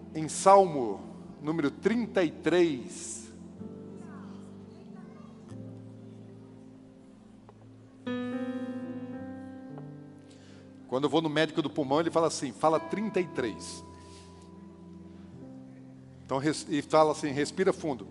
em Salmo número 33. Quando eu vou no médico do pulmão, ele fala assim, fala 33. Então, e fala assim, respira fundo.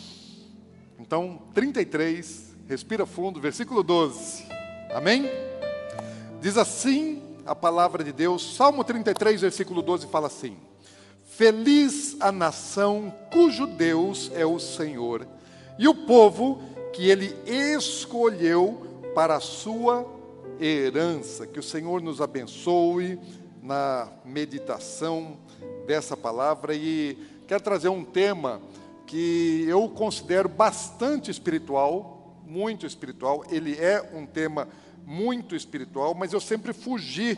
Então, 33, respira fundo, versículo 12. Amém? Diz assim a palavra de Deus, Salmo 33, versículo 12, fala assim: feliz a nação cujo Deus é o Senhor, e o povo que Ele escolheu para a sua herança. Que o Senhor nos abençoe na meditação dessa palavra. E quero trazer um tema que eu considero bastante espiritual, muito espiritual. Ele é um tema muito espiritual, mas eu sempre fugi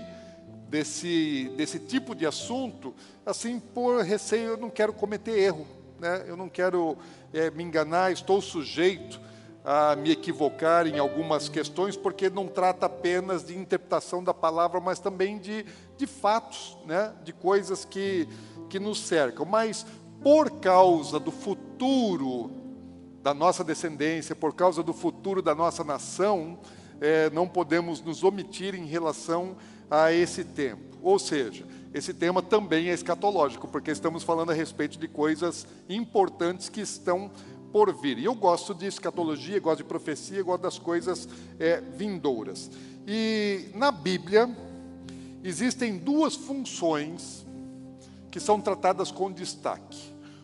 desse tipo de assunto, assim, por receio. Eu não quero cometer erro, né? Eu não quero me enganar, estou sujeito a me equivocar em algumas questões, porque não trata apenas de interpretação da palavra, mas também de fatos, né? De coisas que nos cercam. Mas por causa do futuro da nossa descendência, por causa do futuro da nossa nação, não podemos nos omitir em relação a esse tempo. Ou seja, esse tema também é escatológico, porque estamos falando a respeito de coisas importantes que estão por vir. E eu gosto de escatologia, gosto de profecia, gosto das coisas vindouras. E na Bíblia existem duas funções que são tratadas com destaque.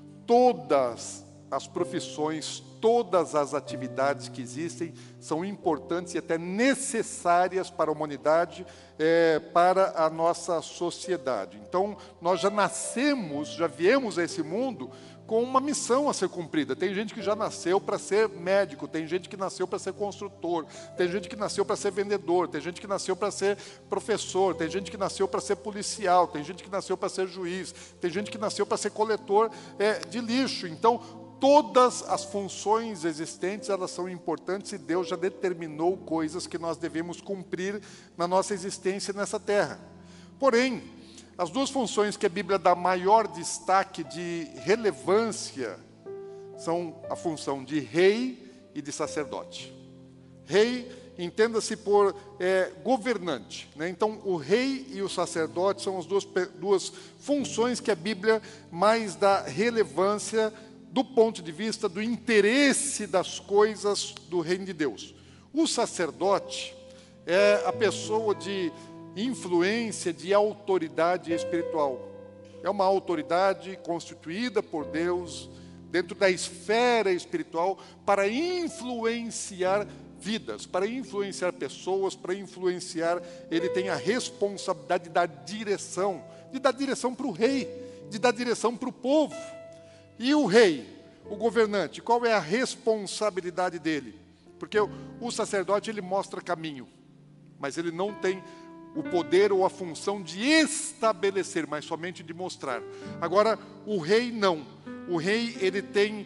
Todas as profissões, todas as atividades que existem são importantes e até necessárias para a humanidade, para a nossa sociedade. Então, nós já nascemos, já viemos a esse mundo com uma missão a ser cumprida. Tem gente que já nasceu para ser médico, tem gente que nasceu para ser construtor, tem gente que nasceu para ser vendedor, tem gente que nasceu para ser professor, tem gente que nasceu para ser policial, tem gente que nasceu para ser juiz, tem gente que nasceu para ser coletor de lixo. Então, todas as funções existentes, elas são importantes, e Deus já determinou coisas que nós devemos cumprir na nossa existência nessa terra. Porém, as duas funções que a Bíblia dá maior destaque de relevância são a função de rei e de sacerdote. Rei, entenda-se por governante, né? Então, o rei e o sacerdote são as duas funções que a Bíblia mais dá relevância do ponto de vista do interesse das coisas do reino de Deus. O sacerdote é a pessoa de influência, de autoridade espiritual. É uma autoridade constituída por Deus dentro da esfera espiritual para influenciar vidas, para influenciar pessoas, para influenciar. Ele tem a responsabilidade de dar direção para o rei, de dar direção para o povo. E o rei, o governante, qual é a responsabilidade dele? Porque o sacerdote, ele mostra caminho, mas ele não tem o poder ou a função de estabelecer, mas somente de mostrar. Agora, o rei não. O rei, ele tem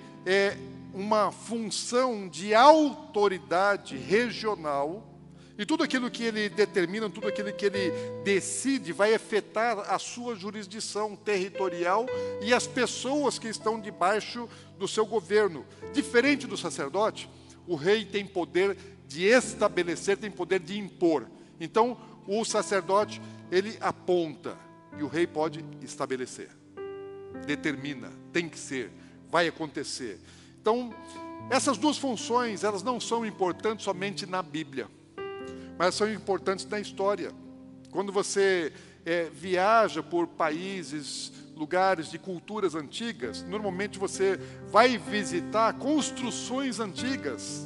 uma função de autoridade regional, e tudo aquilo que ele determina, tudo aquilo que ele decide, vai afetar a sua jurisdição territorial e as pessoas que estão debaixo do seu governo. Diferente do sacerdote, o rei tem poder de estabelecer, tem poder de impor. Então, o sacerdote, ele aponta, e o rei pode estabelecer. Determina, tem que ser, vai acontecer. Então, essas duas funções, elas não são importantes somente na Bíblia, mas são importantes na história. Quando você viaja por países, lugares de culturas antigas, normalmente você vai visitar construções antigas,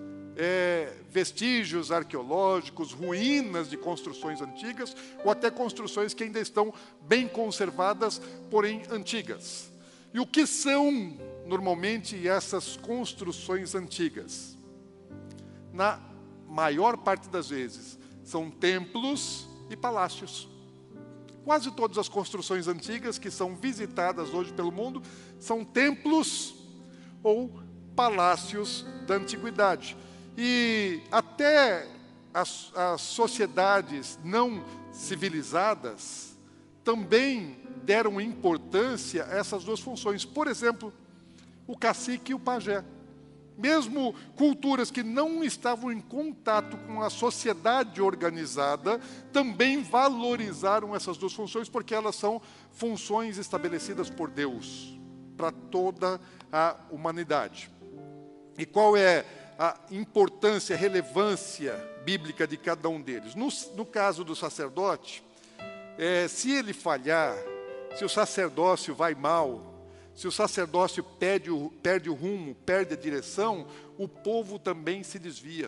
vestígios arqueológicos, ruínas de construções antigas, ou até construções que ainda estão bem conservadas, porém antigas. E o que são, normalmente, essas construções antigas? Na maior parte das vezes, são templos e palácios. Quase todas as construções antigas que são visitadas hoje pelo mundo são templos ou palácios da antiguidade. E até as sociedades não civilizadas também deram importância a essas duas funções. Por exemplo, o cacique e o pajé. Mesmo culturas que não estavam em contato com a sociedade organizada, também valorizaram essas duas funções, porque elas são funções estabelecidas por Deus para toda a humanidade. E qual é a importância, a relevância bíblica de cada um deles? No caso do sacerdote, se ele falhar, se o sacerdócio vai mal, se o sacerdócio perde o rumo, perde a direção, o povo também se desvia.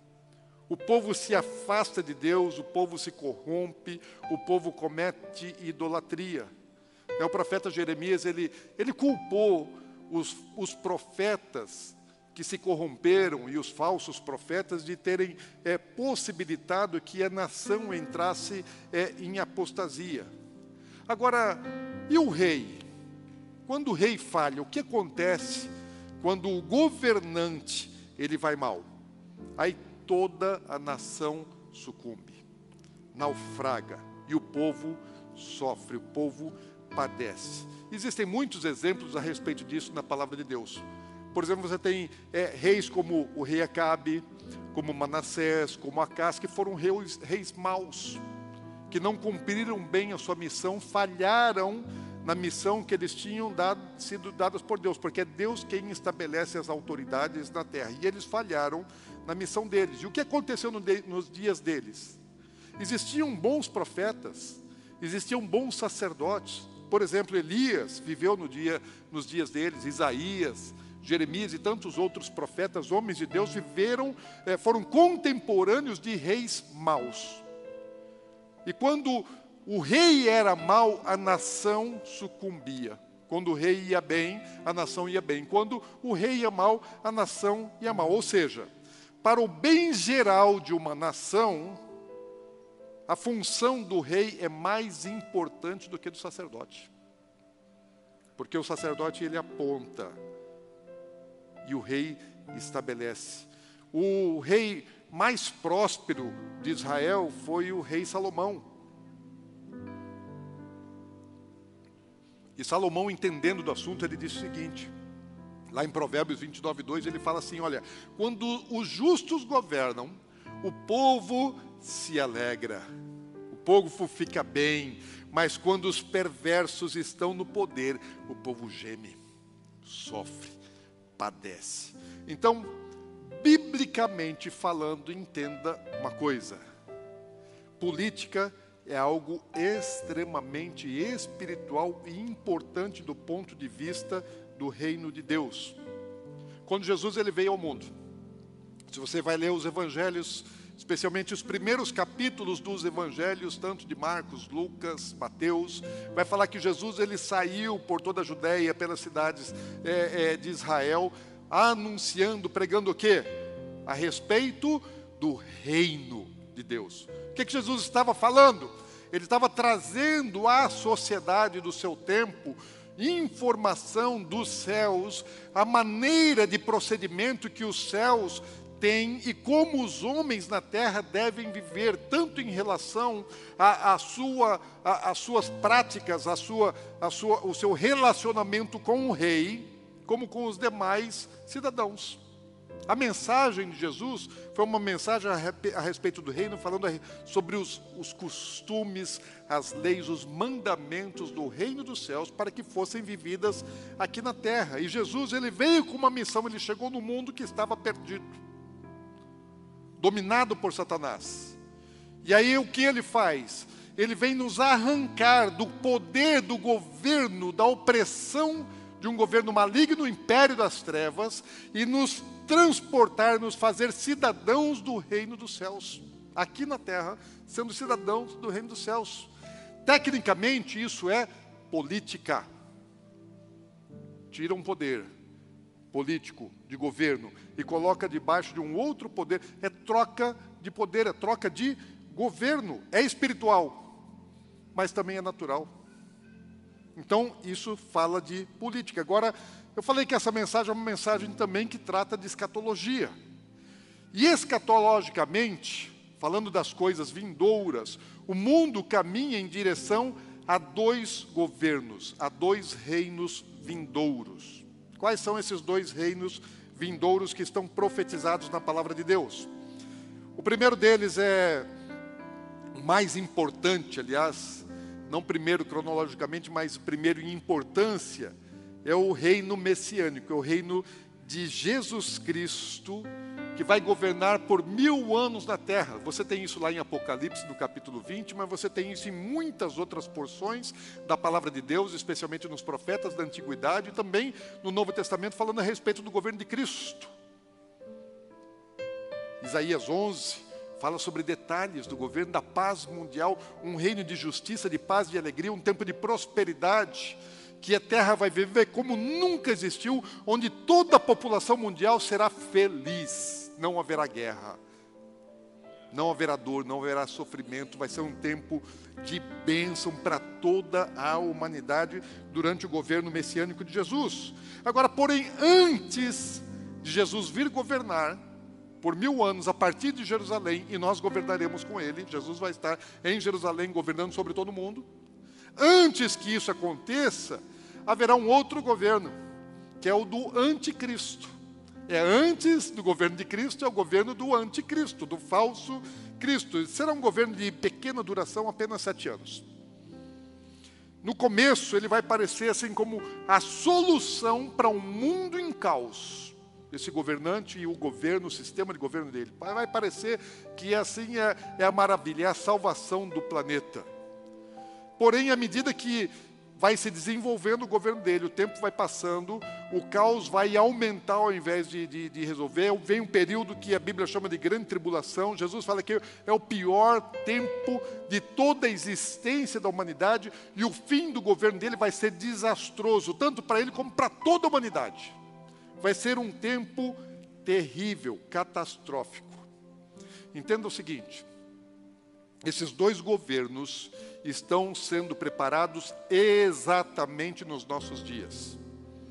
O povo se afasta de Deus, o povo se corrompe, o povo comete idolatria. O profeta Jeremias, ele culpou os profetas que se corromperam e os falsos profetas de terem possibilitado que a nação entrasse em apostasia. Agora, e o rei? Quando o rei falha, o que acontece quando o governante ele vai mal? Aí toda a nação sucumbe, naufraga, e o povo sofre, o povo padece. Existem muitos exemplos a respeito disso na palavra de Deus. Por exemplo, você tem reis como o rei Acabe, como Manassés, como Acás, que foram reis maus, que não cumpriram bem a sua missão, falharam na missão que eles tinham sido dadas por Deus, porque é Deus quem estabelece as autoridades na terra, e eles falharam na missão deles. E o que aconteceu nos dias deles? Existiam bons profetas, existiam bons sacerdotes. Por exemplo, Elias viveu nos dias deles, Isaías, Jeremias e tantos outros profetas, homens de Deus, foram contemporâneos de reis maus. E quando o rei era mau, a nação sucumbia. Quando o rei ia bem, a nação ia bem. Quando o rei ia mal, a nação ia mal. Ou seja, para o bem geral de uma nação, a função do rei é mais importante do que do sacerdote. Porque o sacerdote ele aponta e o rei estabelece. O rei mais próspero de Israel foi o rei Salomão. E Salomão, entendendo do assunto, ele disse o seguinte, lá em Provérbios 29:2, ele fala assim, olha, quando os justos governam, o povo se alegra, o povo fica bem, mas quando os perversos estão no poder, o povo geme, sofre, padece. Então, biblicamente falando, entenda uma coisa, política é algo extremamente espiritual e importante do ponto de vista do reino de Deus. Quando Jesus ele veio ao mundo, se você vai ler os evangelhos, especialmente os primeiros capítulos dos evangelhos, tanto de Marcos, Lucas, Mateus, vai falar que Jesus ele saiu por toda a Judéia, pelas cidades de Israel, anunciando, pregando o quê? A respeito do reino de Deus. O que Jesus estava falando? Ele estava trazendo à sociedade do seu tempo informação dos céus, a maneira de procedimento que os céus têm e como os homens na terra devem viver, tanto em relação às suas práticas, o seu relacionamento com o rei, como com os demais cidadãos. A mensagem de Jesus foi uma mensagem a respeito do reino, falando sobre os costumes, as leis, os mandamentos do reino dos céus, para que fossem vividas aqui na terra. E Jesus, ele veio com uma missão, ele chegou no mundo que estava perdido, dominado por Satanás. E aí o que ele faz? Ele vem nos arrancar do poder do governo, da opressão de um governo maligno, o império das trevas, e nos transportar, nos fazer cidadãos do reino dos céus, aqui na terra, sendo cidadãos do reino dos céus. Tecnicamente, isso é política. Tira um poder político, de governo, e coloca debaixo de um outro poder. É troca de poder, é troca de governo. É espiritual, mas também é natural. Então, isso fala de política. Agora, eu falei que essa mensagem é uma mensagem também que trata de escatologia. E escatologicamente, falando das coisas vindouras, o mundo caminha em direção há dois governos, há dois reinos vindouros. Quais são esses dois reinos vindouros que estão profetizados na palavra de Deus? O primeiro deles é o mais importante, aliás, não primeiro cronologicamente, mas primeiro em importância, é o reino messiânico, é o reino de Jesus Cristo, que vai governar por 1000 anos na terra. Você tem isso lá em Apocalipse, no capítulo 20, mas você tem isso em muitas outras porções da palavra de Deus, especialmente nos profetas da Antiguidade, e também no Novo Testamento, falando a respeito do governo de Cristo. Isaías 11 fala sobre detalhes do governo da paz mundial, um reino de justiça, de paz, de alegria, um tempo de prosperidade, que a terra vai viver como nunca existiu, onde toda a população mundial será feliz. Não haverá guerra, não haverá dor, não haverá sofrimento. Vai ser um tempo de bênção para toda a humanidade durante o governo messiânico de Jesus. Agora, porém, antes de Jesus vir governar por 1000 anos a partir de Jerusalém, e nós governaremos com ele, Jesus vai estar em Jerusalém governando sobre todo mundo. Antes que isso aconteça, haverá um outro governo, que é o do anticristo. É antes do governo de Cristo, é o governo do anticristo, do falso Cristo. Será um governo de pequena duração, apenas 7 anos. No começo, ele vai parecer assim como a solução para um mundo em caos. Esse governante e o governo, o sistema de governo dele. Vai parecer que assim é a maravilha, é a salvação do planeta. Porém, à medida que vai se desenvolvendo o governo dele, o tempo vai passando, o caos vai aumentar ao invés de resolver. Vem um período que a Bíblia chama de grande tribulação. Jesus fala que é o pior tempo de toda a existência da humanidade, e o fim do governo dele vai ser desastroso, tanto para ele como para toda a humanidade. Vai ser um tempo terrível, catastrófico. Entenda o seguinte: esses dois governos estão sendo preparados exatamente nos nossos dias.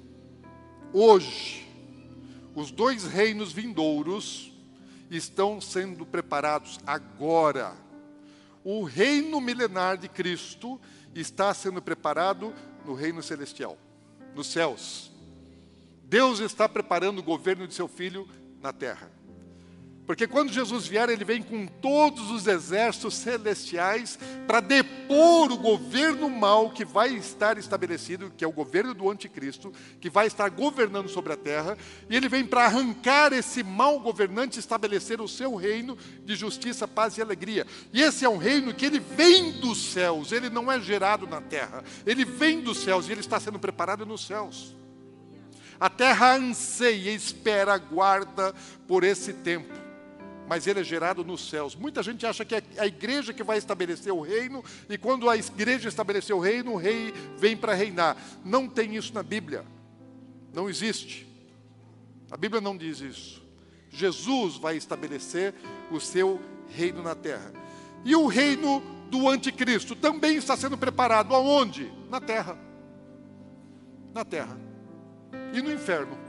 Hoje, os dois reinos vindouros estão sendo preparados agora. O reino milenar de Cristo está sendo preparado no reino celestial, nos céus. Deus está preparando o governo de seu Filho na terra. Porque quando Jesus vier, ele vem com todos os exércitos celestiais para depor o governo mau que vai estar estabelecido, que é o governo do anticristo, que vai estar governando sobre a terra, e ele vem para arrancar esse mau governante e estabelecer o seu reino de justiça, paz e alegria. E esse é um reino que ele vem dos céus, ele não é gerado na terra, ele vem dos céus e ele está sendo preparado nos céus. A terra anseia, espera, aguarda por esse tempo, mas ele é gerado nos céus. Muita gente acha que é a igreja que vai estabelecer o reino, e quando a igreja estabelecer o reino, o rei vem para reinar. Não tem isso na Bíblia, não existe. A Bíblia não diz isso. Jesus vai estabelecer o seu reino na terra. E o reino do anticristo também está sendo preparado. Aonde? Na terra. Na terra. E no inferno.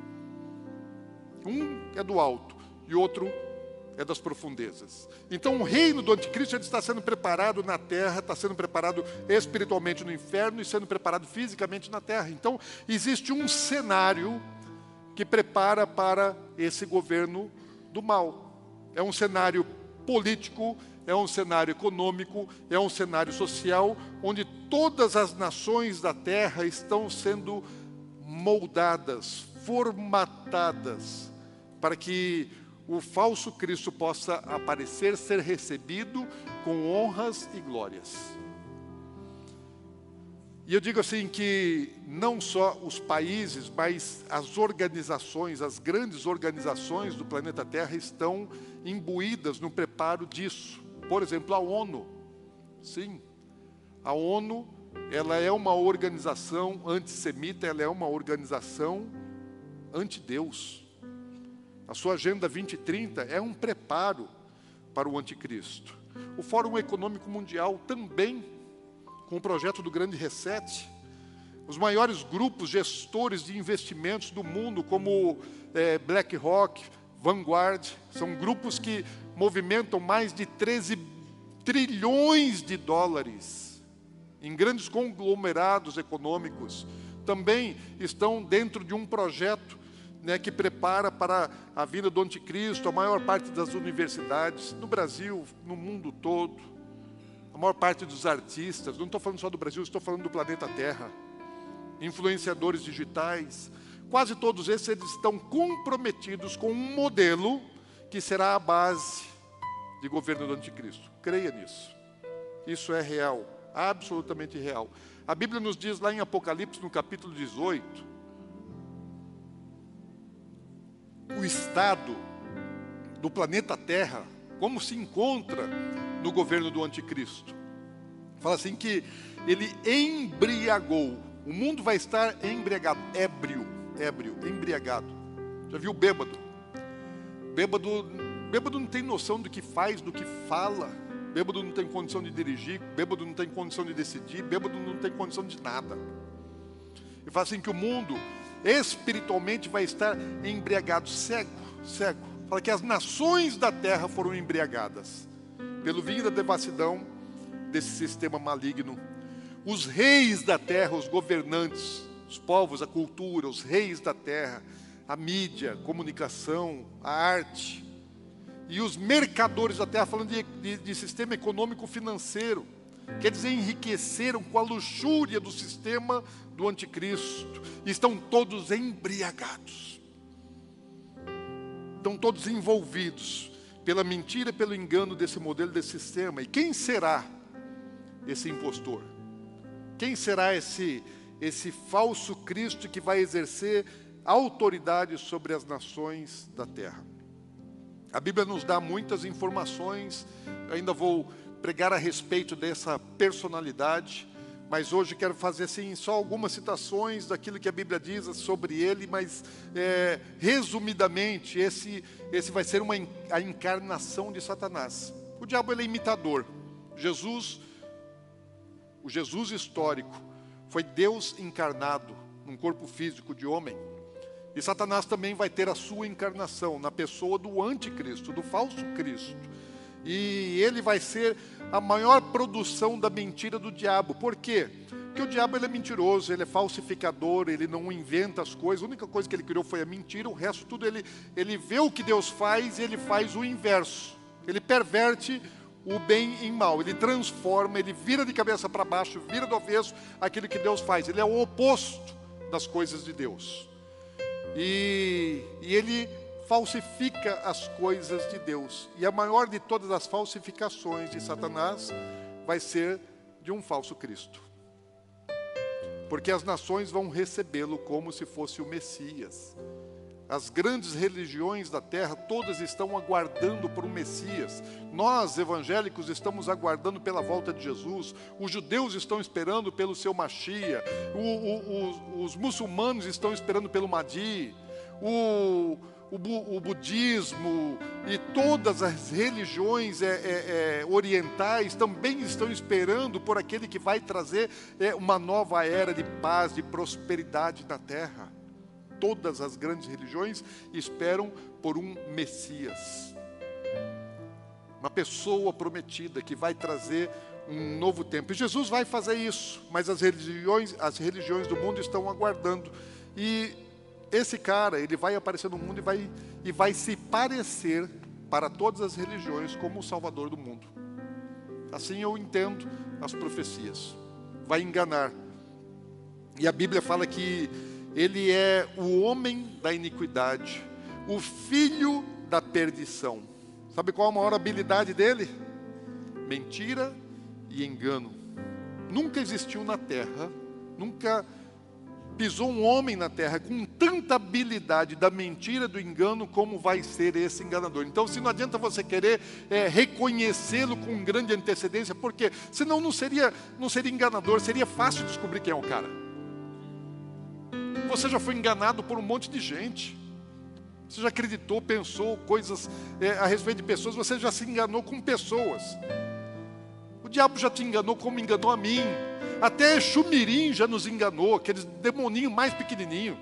Um é do alto e outro é das profundezas. Então o reino do anticristo ele está sendo preparado na terra, está sendo preparado espiritualmente no inferno e sendo preparado fisicamente na terra. Então existe um cenário que prepara para esse governo do mal. É um cenário político, é um cenário econômico, é um cenário social, onde todas as nações da terra estão sendo moldadas, formatadas, para que o falso Cristo possa aparecer, ser recebido com honras e glórias. E eu digo assim que não só os países, mas as organizações, as grandes organizações do planeta Terra estão imbuídas no preparo disso. Por exemplo, a ONU. Sim, a ONU, ela é uma organização antissemita, ela é uma organização anti-Deus. A sua Agenda 2030 é um preparo para o anticristo. O Fórum Econômico Mundial também, com o projeto do Grande Reset. Os maiores grupos gestores de investimentos do mundo, como BlackRock, Vanguard, são grupos que movimentam mais de 13 trilhões de dólares em grandes conglomerados econômicos, também estão dentro de um projeto, né, que prepara para a vinda do anticristo. A maior parte das universidades, no Brasil, no mundo todo, a maior parte dos artistas, não estou falando só do Brasil, estou falando do planeta Terra, influenciadores digitais, quase todos esses eles estão comprometidos com um modelo que será a base de governo do anticristo. Creia nisso. Isso é real, absolutamente real. A Bíblia nos diz lá em Apocalipse, no capítulo 18, o estado do planeta Terra, como se encontra no governo do anticristo. Fala assim que ele embriagou. O mundo vai estar embriagado, ébrio, embriagado. Já viu bêbado? Bêbado não tem noção do que faz, do que fala. Bêbado não tem condição de dirigir, bêbado não tem condição de decidir, bêbado não tem condição de nada. E fala assim que o mundo espiritualmente vai estar embriagado, cego. Fala que as nações da terra foram embriagadas pelo vinho da devassidão desse sistema maligno. Os reis da terra, os governantes, os povos, a cultura, os reis da terra, a mídia, a comunicação, a arte, e os mercadores da terra, falando de sistema econômico financeiro, quer dizer, enriqueceram com a luxúria do sistema do anticristo, e estão todos embriagados, estão todos envolvidos pela mentira, pelo engano desse modelo, desse sistema. E quem será esse impostor? Quem será esse falso Cristo que vai exercer autoridade sobre as nações da terra? A Bíblia nos dá muitas informações. Eu ainda vou pregar a respeito dessa personalidade, mas hoje quero fazer assim, só algumas citações daquilo que a Bíblia diz sobre ele, mas resumidamente, esse vai ser a encarnação de Satanás. O diabo, ele é imitador. O Jesus histórico foi Deus encarnado num corpo físico de homem. E Satanás também vai ter a sua encarnação na pessoa do anticristo, do falso Cristo. E ele vai ser a maior produção da mentira do diabo. Por quê? Porque o diabo, ele é mentiroso, ele é falsificador, ele não inventa as coisas. A única coisa que ele criou foi a mentira, o resto tudo ele vê o que Deus faz e ele faz o inverso. Ele perverte o bem em mal, ele transforma, ele vira de cabeça para baixo, vira do avesso aquilo que Deus faz. Ele é o oposto das coisas de Deus. E ele falsifica as coisas de Deus. E a maior de todas as falsificações de Satanás vai ser de um falso Cristo. Porque as nações vão recebê-lo como se fosse o Messias. As grandes religiões da terra, todas estão aguardando por um Messias. Nós, evangélicos, estamos aguardando pela volta de Jesus. Os judeus estão esperando pelo seu Mashiach. Os muçulmanos estão esperando pelo Mahdi. O budismo e todas as religiões orientais também estão esperando por aquele que vai trazer uma nova era de paz, de prosperidade na terra. Todas as grandes religiões esperam por um Messias, uma pessoa prometida que vai trazer um novo tempo. E Jesus vai fazer isso, mas as religiões do mundo estão aguardando. E esse cara, ele vai aparecer no mundo e vai se parecer para todas as religiões como o Salvador do mundo. Assim eu entendo as profecias. Vai enganar. E a Bíblia fala que ele é o homem da iniquidade, o filho da perdição. Sabe qual a maior habilidade dele? Mentira e engano. Nunca existiu na terra, nunca pisou um homem na terra com tanta habilidade da mentira, do engano, como vai ser esse enganador. Então, se não adianta você querer reconhecê-lo com grande antecedência, porque senão não seria enganador, seria fácil descobrir quem é o cara. Você já foi enganado por um monte de gente. Você já acreditou, pensou coisas a respeito de pessoas. Você já se enganou com pessoas. O diabo já te enganou como enganou a mim. Até Xumirim já nos enganou, aqueles demoninhos mais pequenininhos.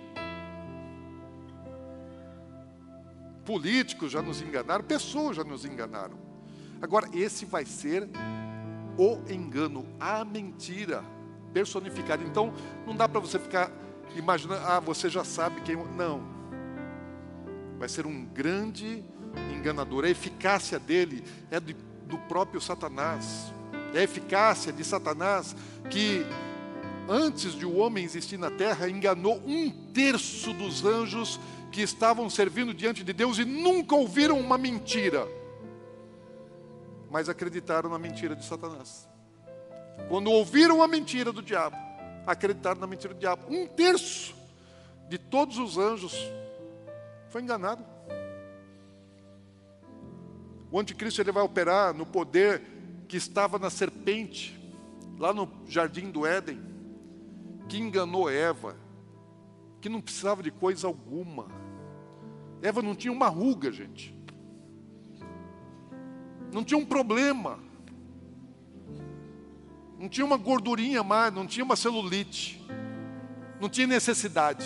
Políticos já nos enganaram, pessoas já nos enganaram. Agora, esse vai ser o engano, a mentira personificada. Então, não dá para você ficar imaginando, você já sabe quem... Não. Vai ser um grande enganador. A eficácia dele é do próprio Satanás. É a eficácia de Satanás que, antes de o homem existir na terra, enganou 1/3 dos anjos que estavam servindo diante de Deus e nunca ouviram uma mentira, mas acreditaram na mentira de Satanás. Quando ouviram a mentira do diabo, acreditaram na mentira do diabo. 1/3 de todos os anjos foi enganado. O anticristo ele vai operar no poder que estava na serpente, lá no jardim do Éden, que enganou Eva, que não precisava de coisa alguma. Eva não tinha uma ruga, gente. Não tinha um problema. Não tinha uma gordurinha mais, não tinha uma celulite. Não tinha necessidade.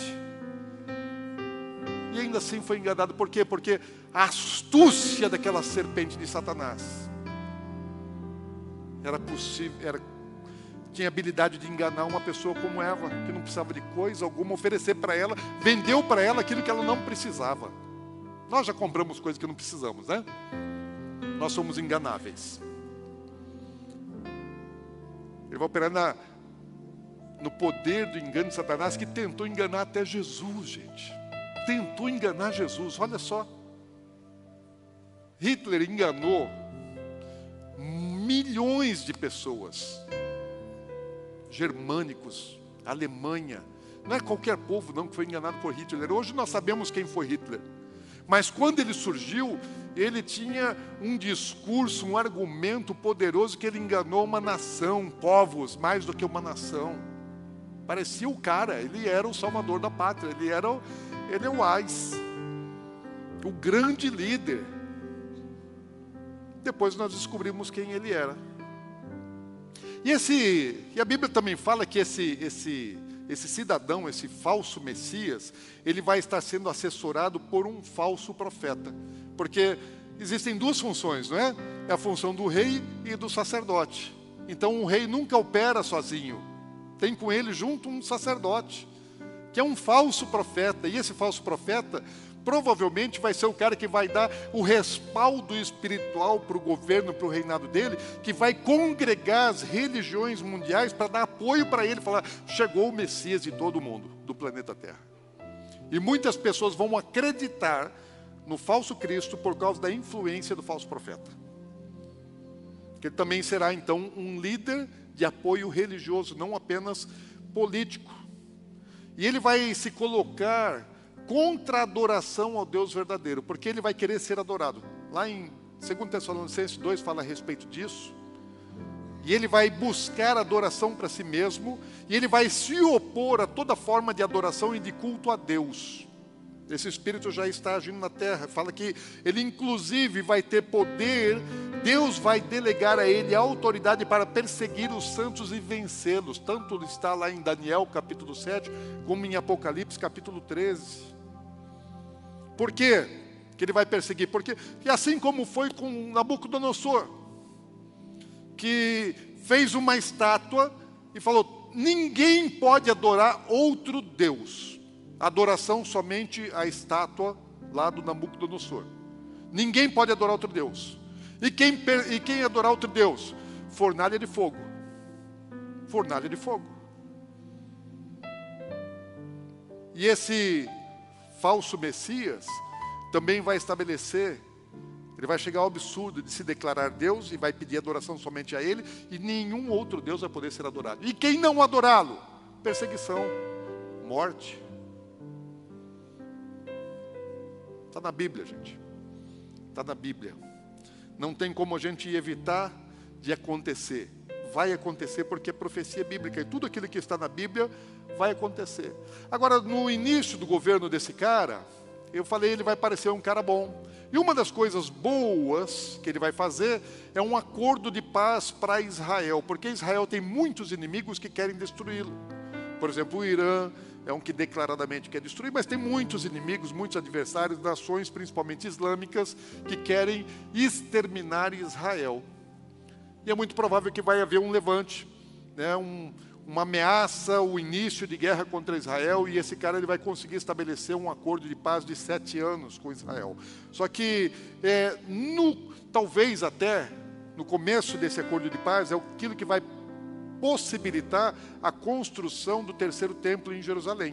E ainda assim foi enganado. Por quê? Porque a astúcia daquela serpente de Satanás era possível, tinha habilidade de enganar uma pessoa como Eva, que não precisava de coisa alguma, oferecer para ela, vendeu para ela aquilo que ela não precisava. Nós já compramos coisas que não precisamos, né? Nós somos enganáveis. Ele vai operar no poder do engano de Satanás, que tentou enganar até Jesus, gente. Tentou enganar Jesus, olha só. Hitler enganou milhões de pessoas. Germânicos, Alemanha. Não é qualquer povo não que foi enganado por Hitler. Hoje nós sabemos quem foi Hitler. Mas quando ele surgiu, ele tinha um discurso, um argumento poderoso que ele enganou uma nação, povos, mais do que uma nação. Parecia o cara, ele era o salvador da pátria, ele é o AIS, o grande líder. Depois nós descobrimos quem ele era. E a Bíblia também fala que esse cidadão, esse falso Messias, ele vai estar sendo assessorado por um falso profeta. Porque existem duas funções, não é? É a função do rei e do sacerdote. Então o rei nunca opera sozinho. Tem com ele junto um sacerdote, que é um falso profeta. E esse falso profeta provavelmente vai ser o cara que vai dar o respaldo espiritual para o governo, para o reinado dele, que vai congregar as religiões mundiais para dar apoio para ele, falar, chegou o Messias de todo mundo, do planeta Terra. E muitas pessoas vão acreditar no falso Cristo por causa da influência do falso profeta. Que ele também será então um líder de apoio religioso, não apenas político. E ele vai se colocar contra a adoração ao Deus verdadeiro, porque ele vai querer ser adorado. Lá em 2 Tessalonicenses 2 fala a respeito disso. E ele vai buscar adoração para si mesmo, e ele vai se opor a toda forma de adoração e de culto a Deus. Esse espírito já está agindo na terra. Fala que ele inclusive vai ter poder, Deus vai delegar a ele a autoridade para perseguir os santos e vencê-los. Tanto está lá em Daniel capítulo 7, como em Apocalipse capítulo 13. Por quê que ele vai perseguir? Porque assim como foi com Nabucodonosor, que fez uma estátua e falou, ninguém pode adorar outro Deus. Adoração somente a estátua lá do Nabucodonosor. Ninguém pode adorar outro Deus. E quem adorar outro Deus? Fornalha de fogo. Fornalha de fogo. E esse falso Messias também vai estabelecer, ele vai chegar ao absurdo de se declarar Deus e vai pedir adoração somente a Ele, e nenhum outro Deus vai poder ser adorado. E quem não adorá-lo? Perseguição, morte. Está na Bíblia, gente. Está na Bíblia. Não tem como a gente evitar de acontecer. Vai acontecer porque é profecia bíblica. E tudo aquilo que está na Bíblia vai acontecer. Agora, no início do governo desse cara, eu falei, ele vai parecer um cara bom. E uma das coisas boas que ele vai fazer é um acordo de paz para Israel. Porque Israel tem muitos inimigos que querem destruí-lo. Por exemplo, o Irã é um que declaradamente quer destruir, mas tem muitos inimigos, muitos adversários, nações principalmente islâmicas, que querem exterminar Israel. e é muito provável que vai haver um levante, né, uma ameaça, o início de guerra contra Israel, e esse cara ele vai conseguir estabelecer um acordo de paz de 7 anos com Israel. Só que, talvez até no começo desse acordo de paz, é aquilo que vai possibilitar a construção do terceiro templo em Jerusalém,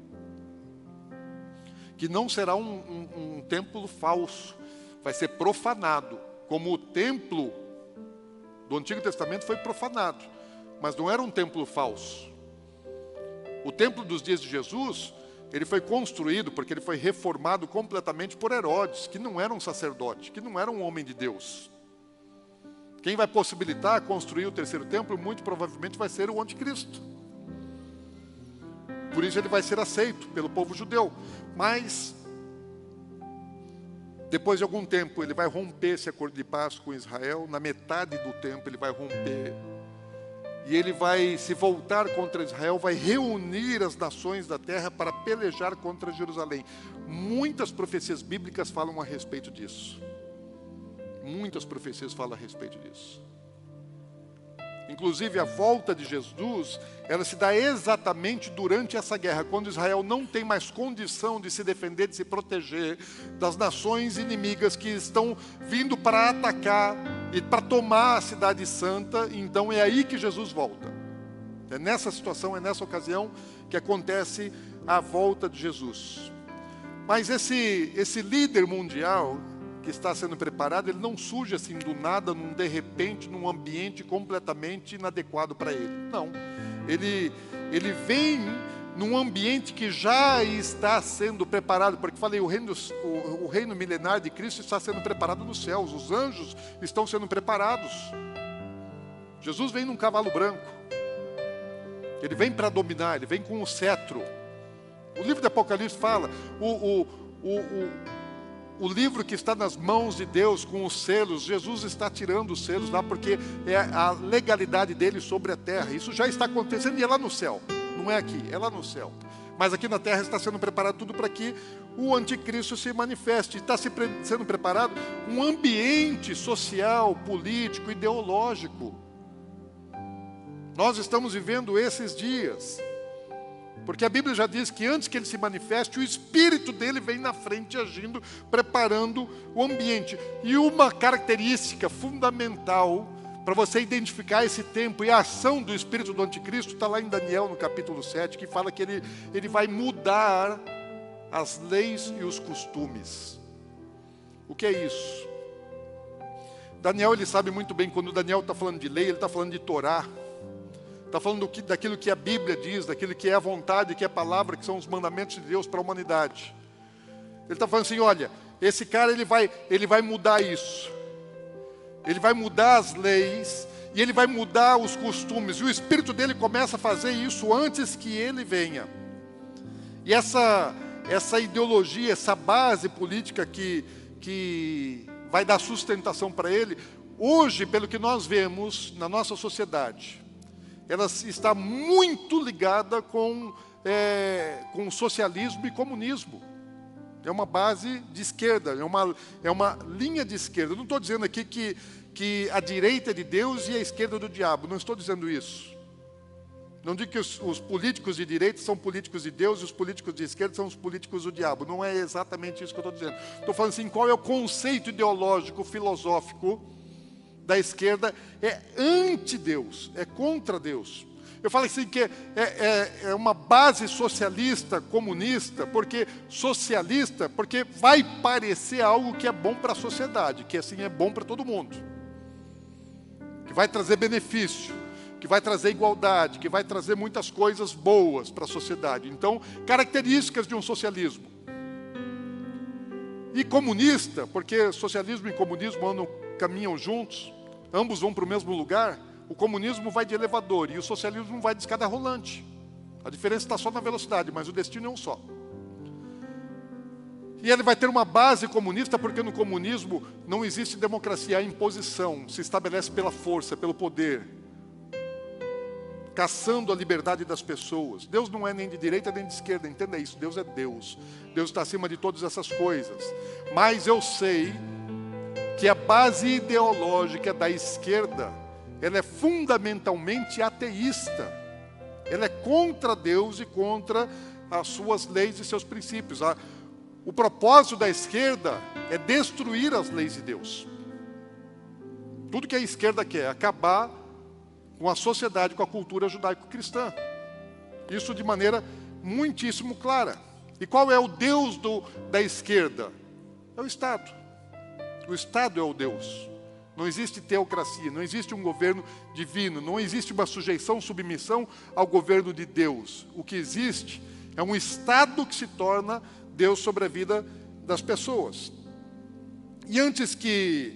que não será um templo falso, vai ser profanado, como o templo do Antigo Testamento foi profanado, mas não era um templo falso. O templo dos dias de Jesus, ele foi construído porque ele foi reformado completamente por Herodes, que não era um sacerdote, que não era um homem de Deus. Quem vai possibilitar construir o terceiro templo, muito provavelmente vai ser o anticristo. Por isso ele vai ser aceito pelo povo judeu. Mas, depois de algum tempo, ele vai romper esse acordo de paz com Israel. Na metade do tempo ele vai romper. E ele vai se voltar contra Israel, vai reunir as nações da terra para pelejar contra Jerusalém. Muitas profecias bíblicas falam a respeito disso. Muitas profecias falam a respeito disso. Inclusive, a volta de Jesus, ela se dá exatamente durante essa guerra, quando Israel não tem mais condição de se defender, de se proteger das nações inimigas que estão vindo para atacar e para tomar a cidade santa. Então é aí que Jesus volta. É nessa situação, é nessa ocasião que acontece a volta de Jesus. Mas esse líder mundial que está sendo preparado, ele não surge assim do nada, de repente, num ambiente completamente inadequado para ele. Não. Ele vem num ambiente que já está sendo preparado, porque falei, o reino milenar de Cristo está sendo preparado nos céus, os anjos estão sendo preparados. Jesus vem num cavalo branco, ele vem para dominar, ele vem com o cetro. O livro do Apocalipse fala, o livro que está nas mãos de Deus com os selos, Jesus está tirando os selos lá, porque é a legalidade dele sobre a terra. Isso já está acontecendo e é lá no céu. Não é aqui, é lá no céu. Mas aqui na terra está sendo preparado tudo para que o anticristo se manifeste. Está sendo preparado um ambiente social, político, ideológico. Nós estamos vivendo esses dias. Porque a Bíblia já diz que antes que ele se manifeste, o Espírito dele vem na frente agindo, preparando o ambiente. E uma característica fundamental para você identificar esse tempo e a ação do Espírito do Anticristo está lá em Daniel, no capítulo 7, que fala que ele vai mudar as leis e os costumes. O que é isso? Daniel, ele sabe muito bem, quando Daniel está falando de lei, ele está falando de Torá. Está falando daquilo que a Bíblia diz, daquilo que é a vontade, que é a palavra, que são os mandamentos de Deus para a humanidade. Ele está falando assim, olha, esse cara ele vai mudar isso. Ele vai mudar as leis e ele vai mudar os costumes. E o Espírito dele começa a fazer isso antes que ele venha. E essa ideologia, essa base política que vai dar sustentação para ele, hoje, pelo que nós vemos na nossa sociedade, ela está muito ligada com socialismo e comunismo. É uma base de esquerda, é uma linha de esquerda. Eu não estou dizendo aqui que a direita é de Deus e a esquerda é do diabo. Não estou dizendo isso. Não digo que os políticos de direita são políticos de Deus e os políticos de esquerda são os políticos do diabo. Não é exatamente isso que eu estou dizendo. Estou falando assim, qual é o conceito ideológico, filosófico da esquerda? É anti-Deus, é contra Deus. Eu falo assim que é uma base socialista, comunista, porque socialista, porque vai parecer algo que é bom para a sociedade, que assim é bom para todo mundo, que vai trazer benefício, que vai trazer igualdade, que vai trazer muitas coisas boas para a sociedade. Então, características de um socialismo. E comunista, porque socialismo e comunismo caminham juntos, ambos vão para o mesmo lugar. O comunismo vai de elevador e o socialismo vai de escada rolante. A diferença está só na velocidade, mas o destino é um só. E ele vai ter uma base comunista, porque no comunismo não existe democracia, há imposição, se estabelece pela força, pelo poder, caçando a liberdade das pessoas. Deus não é nem de direita nem de esquerda, entenda isso, Deus é Deus. Deus está acima de todas essas coisas. Mas eu sei que a base ideológica da esquerda ela é fundamentalmente ateísta. Ela é contra Deus e contra as suas leis e seus princípios. O propósito da esquerda é destruir as leis de Deus. Tudo que a esquerda quer é acabar com a sociedade, com a cultura judaico-cristã. Isso de maneira muitíssimo clara. E qual é o Deus da esquerda? É o Estado. O Estado é o Deus. Não existe teocracia, não existe um governo divino, não existe uma sujeição, submissão ao governo de Deus. O que existe é um Estado que se torna Deus sobre a vida das pessoas. E antes que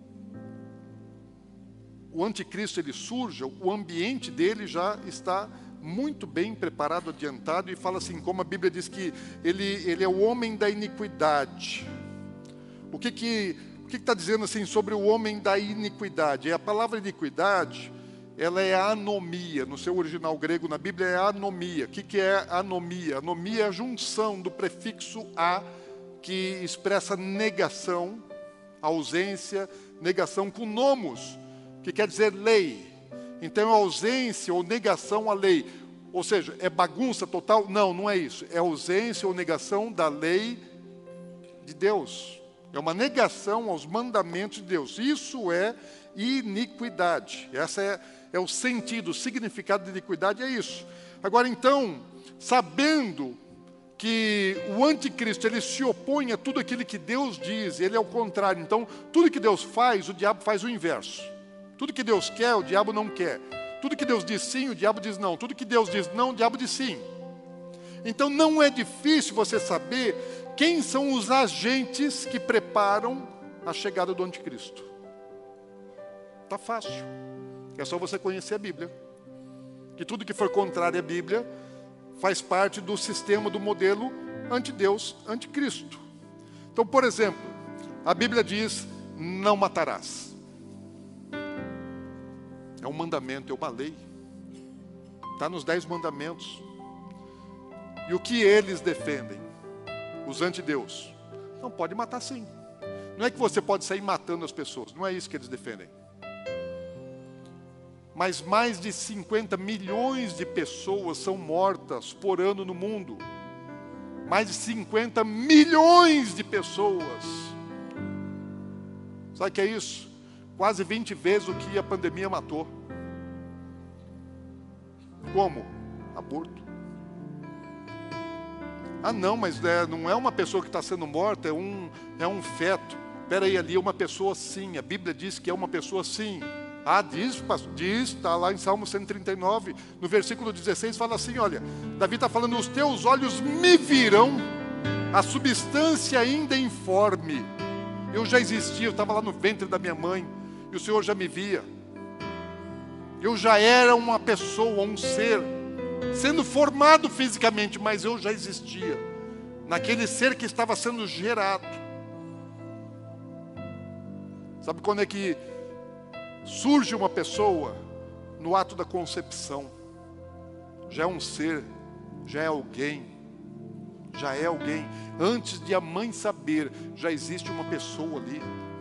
o anticristo ele surja, o ambiente dele já está muito bem preparado, adiantado, e fala assim, como a Bíblia diz que ele é o homem da iniquidade. O que está dizendo assim sobre o homem da iniquidade? A palavra iniquidade, ela é anomia. No seu original grego, na Bíblia, é anomia. O que é anomia? Anomia é a junção do prefixo a, que expressa negação, ausência, negação, com nomos, que quer dizer lei. Então, é ausência ou negação à lei. Ou seja, é bagunça total? Não, não é isso. É ausência ou negação da lei de Deus. É uma negação aos mandamentos de Deus. Isso é iniquidade. Esse é o sentido, o significado de iniquidade é isso. Agora, então, sabendo que o anticristo ele se opõe a tudo aquilo que Deus diz, ele é o contrário. Então, tudo que Deus faz, o diabo faz o inverso. Tudo que Deus quer, o diabo não quer. Tudo que Deus diz sim, o diabo diz não. Tudo que Deus diz não, o diabo diz sim. Então, não é difícil você saber quem são os agentes que preparam a chegada do anticristo. Está fácil. É só você conhecer a Bíblia. Que tudo que for contrário à Bíblia faz parte do sistema, do modelo anti-Deus, anticristo. Então, por exemplo, a Bíblia diz, não matarás. É um mandamento, é uma lei. Está nos 10 mandamentos. E o que eles defendem? Os anti-Deus. Não pode matar sim. Não é que você pode sair matando as pessoas. Não é isso que eles defendem. Mas mais de 50 milhões de pessoas são mortas por ano no mundo. Mais de 50 milhões de pessoas. Sabe o que é isso? Quase 20 vezes o que a pandemia matou. Como? Aborto. Ah não, mas não é uma pessoa que está sendo morta, é um feto. Espera aí, ali é uma pessoa sim. A Bíblia diz que é uma pessoa sim. Ah, diz, está lá em Salmo 139, no versículo 16, fala assim, olha, Davi está falando, os teus olhos me viram, a substância ainda informe. Eu já existia, eu estava lá no ventre da minha mãe, e o Senhor já me via. Eu já era uma pessoa, um ser, sendo formado fisicamente, mas eu já existia, naquele ser que estava sendo gerado. Sabe quando é que surge uma pessoa? No ato da concepção. Já é um ser, já é alguém, já é alguém. Antes de a mãe saber, já existe uma pessoa ali.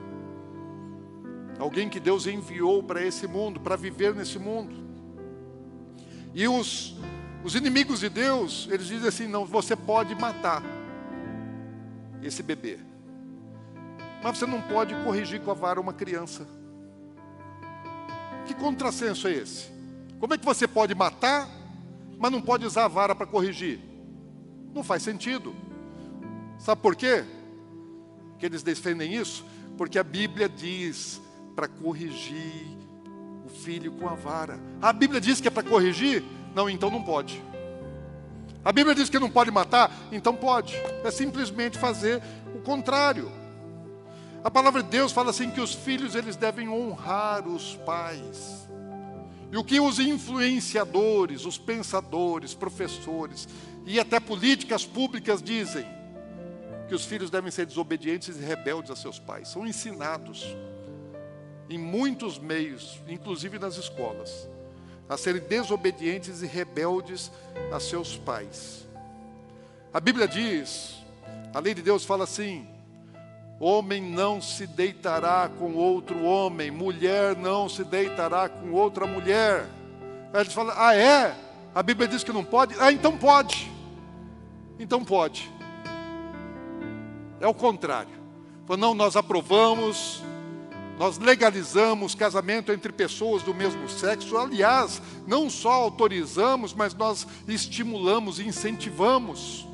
Alguém que Deus enviou para esse mundo, para viver nesse mundo. E os inimigos de Deus, eles dizem assim, não, você pode matar esse bebê, mas você não pode corrigir com a vara uma criança. Que contrassenso é esse? Como é que você pode matar, mas não pode usar a vara para corrigir? Não faz sentido. Sabe por quê que eles defendem isso? Porque a Bíblia diz para corrigir o filho com a vara. A Bíblia diz que é para corrigir? Não, então não pode. A Bíblia diz que não pode matar? Então pode. É simplesmente fazer o contrário. A palavra de Deus fala assim que os filhos eles devem honrar os pais. E o que os influenciadores, os pensadores, professores e até políticas públicas dizem? Que os filhos devem ser desobedientes e rebeldes a seus pais. São ensinados em muitos meios, inclusive nas escolas, a serem desobedientes e rebeldes a seus pais. A Bíblia diz, a lei de Deus fala assim, Homem não se deitará com outro homem, mulher não se deitará com outra mulher. Aí eles falam, ah é? A Bíblia diz que não pode? Ah, então pode. Então pode. É o contrário. Não, nós aprovamos, nós legalizamos casamento entre pessoas do mesmo sexo. Aliás, não só autorizamos, mas nós estimulamos e incentivamos.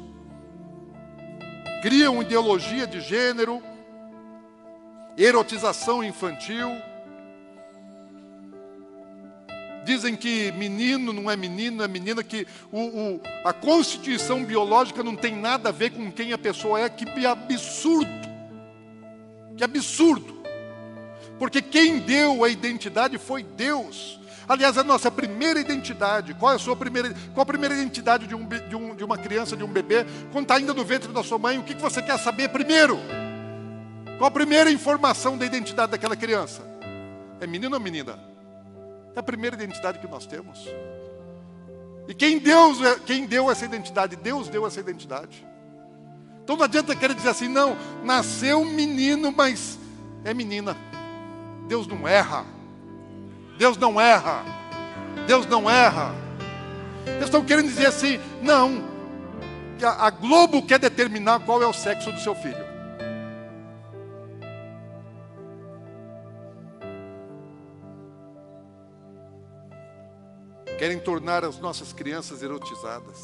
Criam ideologia de gênero, erotização infantil. Dizem que menino não é menino, é menina, que a constituição biológica não tem nada a ver com quem a pessoa é. Que absurdo! Que absurdo! Porque quem deu a identidade foi Deus. Aliás, a nossa primeira identidade. Qual a primeira identidade de uma criança, de um bebê? Quando está ainda no ventre da sua mãe, o que você quer saber primeiro? Qual a primeira informação da identidade daquela criança? É menino ou menina? É a primeira identidade que nós temos. E quem deu essa identidade? Deus deu essa identidade. Então não adianta querer dizer assim, não, nasceu menino, mas é menina. Deus não erra. Deus não erra. Deus não erra. Eles estão querendo dizer assim, não, que a Globo quer determinar qual é o sexo do seu filho. Querem tornar as nossas crianças erotizadas.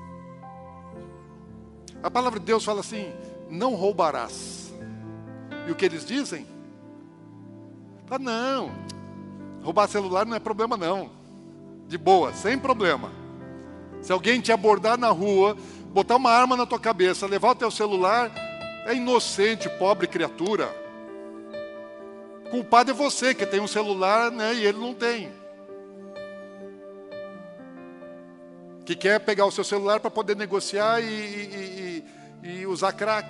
A palavra de Deus fala assim, não roubarás. E o que eles dizem? Ah, não, roubar celular não é problema não. De boa, sem problema. Se alguém te abordar na rua, botar uma arma na tua cabeça, levar o teu celular, é inocente, pobre criatura. Culpado é você, que tem um celular, né, e ele não tem. Que quer pegar o seu celular para poder negociar e usar crack.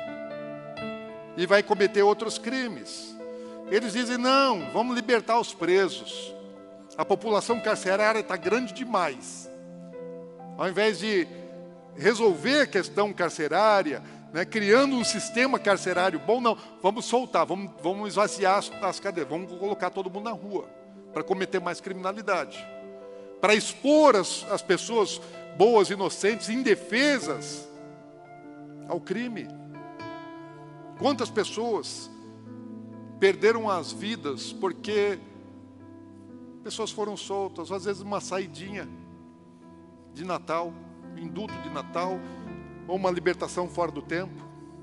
E vai cometer outros crimes. Eles dizem, não, vamos libertar os presos. A população carcerária está grande demais. Ao invés de resolver a questão carcerária, né, criando um sistema carcerário bom, não, vamos soltar, vamos esvaziar as cadeias, vamos colocar todo mundo na rua, para cometer mais criminalidade. Para expor as pessoas boas, inocentes, indefesas ao crime. Quantas pessoas perderam as vidas porque pessoas foram soltas, às vezes uma saidinha de Natal, indulto de Natal, ou uma libertação fora do tempo.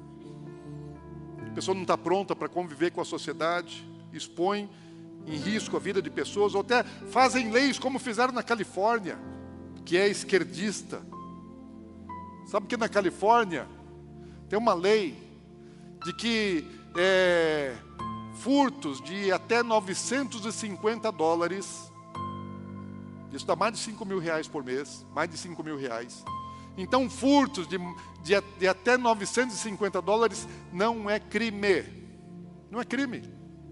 A pessoa não está pronta para conviver com a sociedade, expõe em risco a vida de pessoas, ou até fazem leis como fizeram na Califórnia, que é esquerdista. Sabe que na Califórnia tem uma lei de que furtos de até $950, isso dá mais de R$5.000 por mês, mais de R$5.000. Então furtos de até $950 não é crime. Não é crime.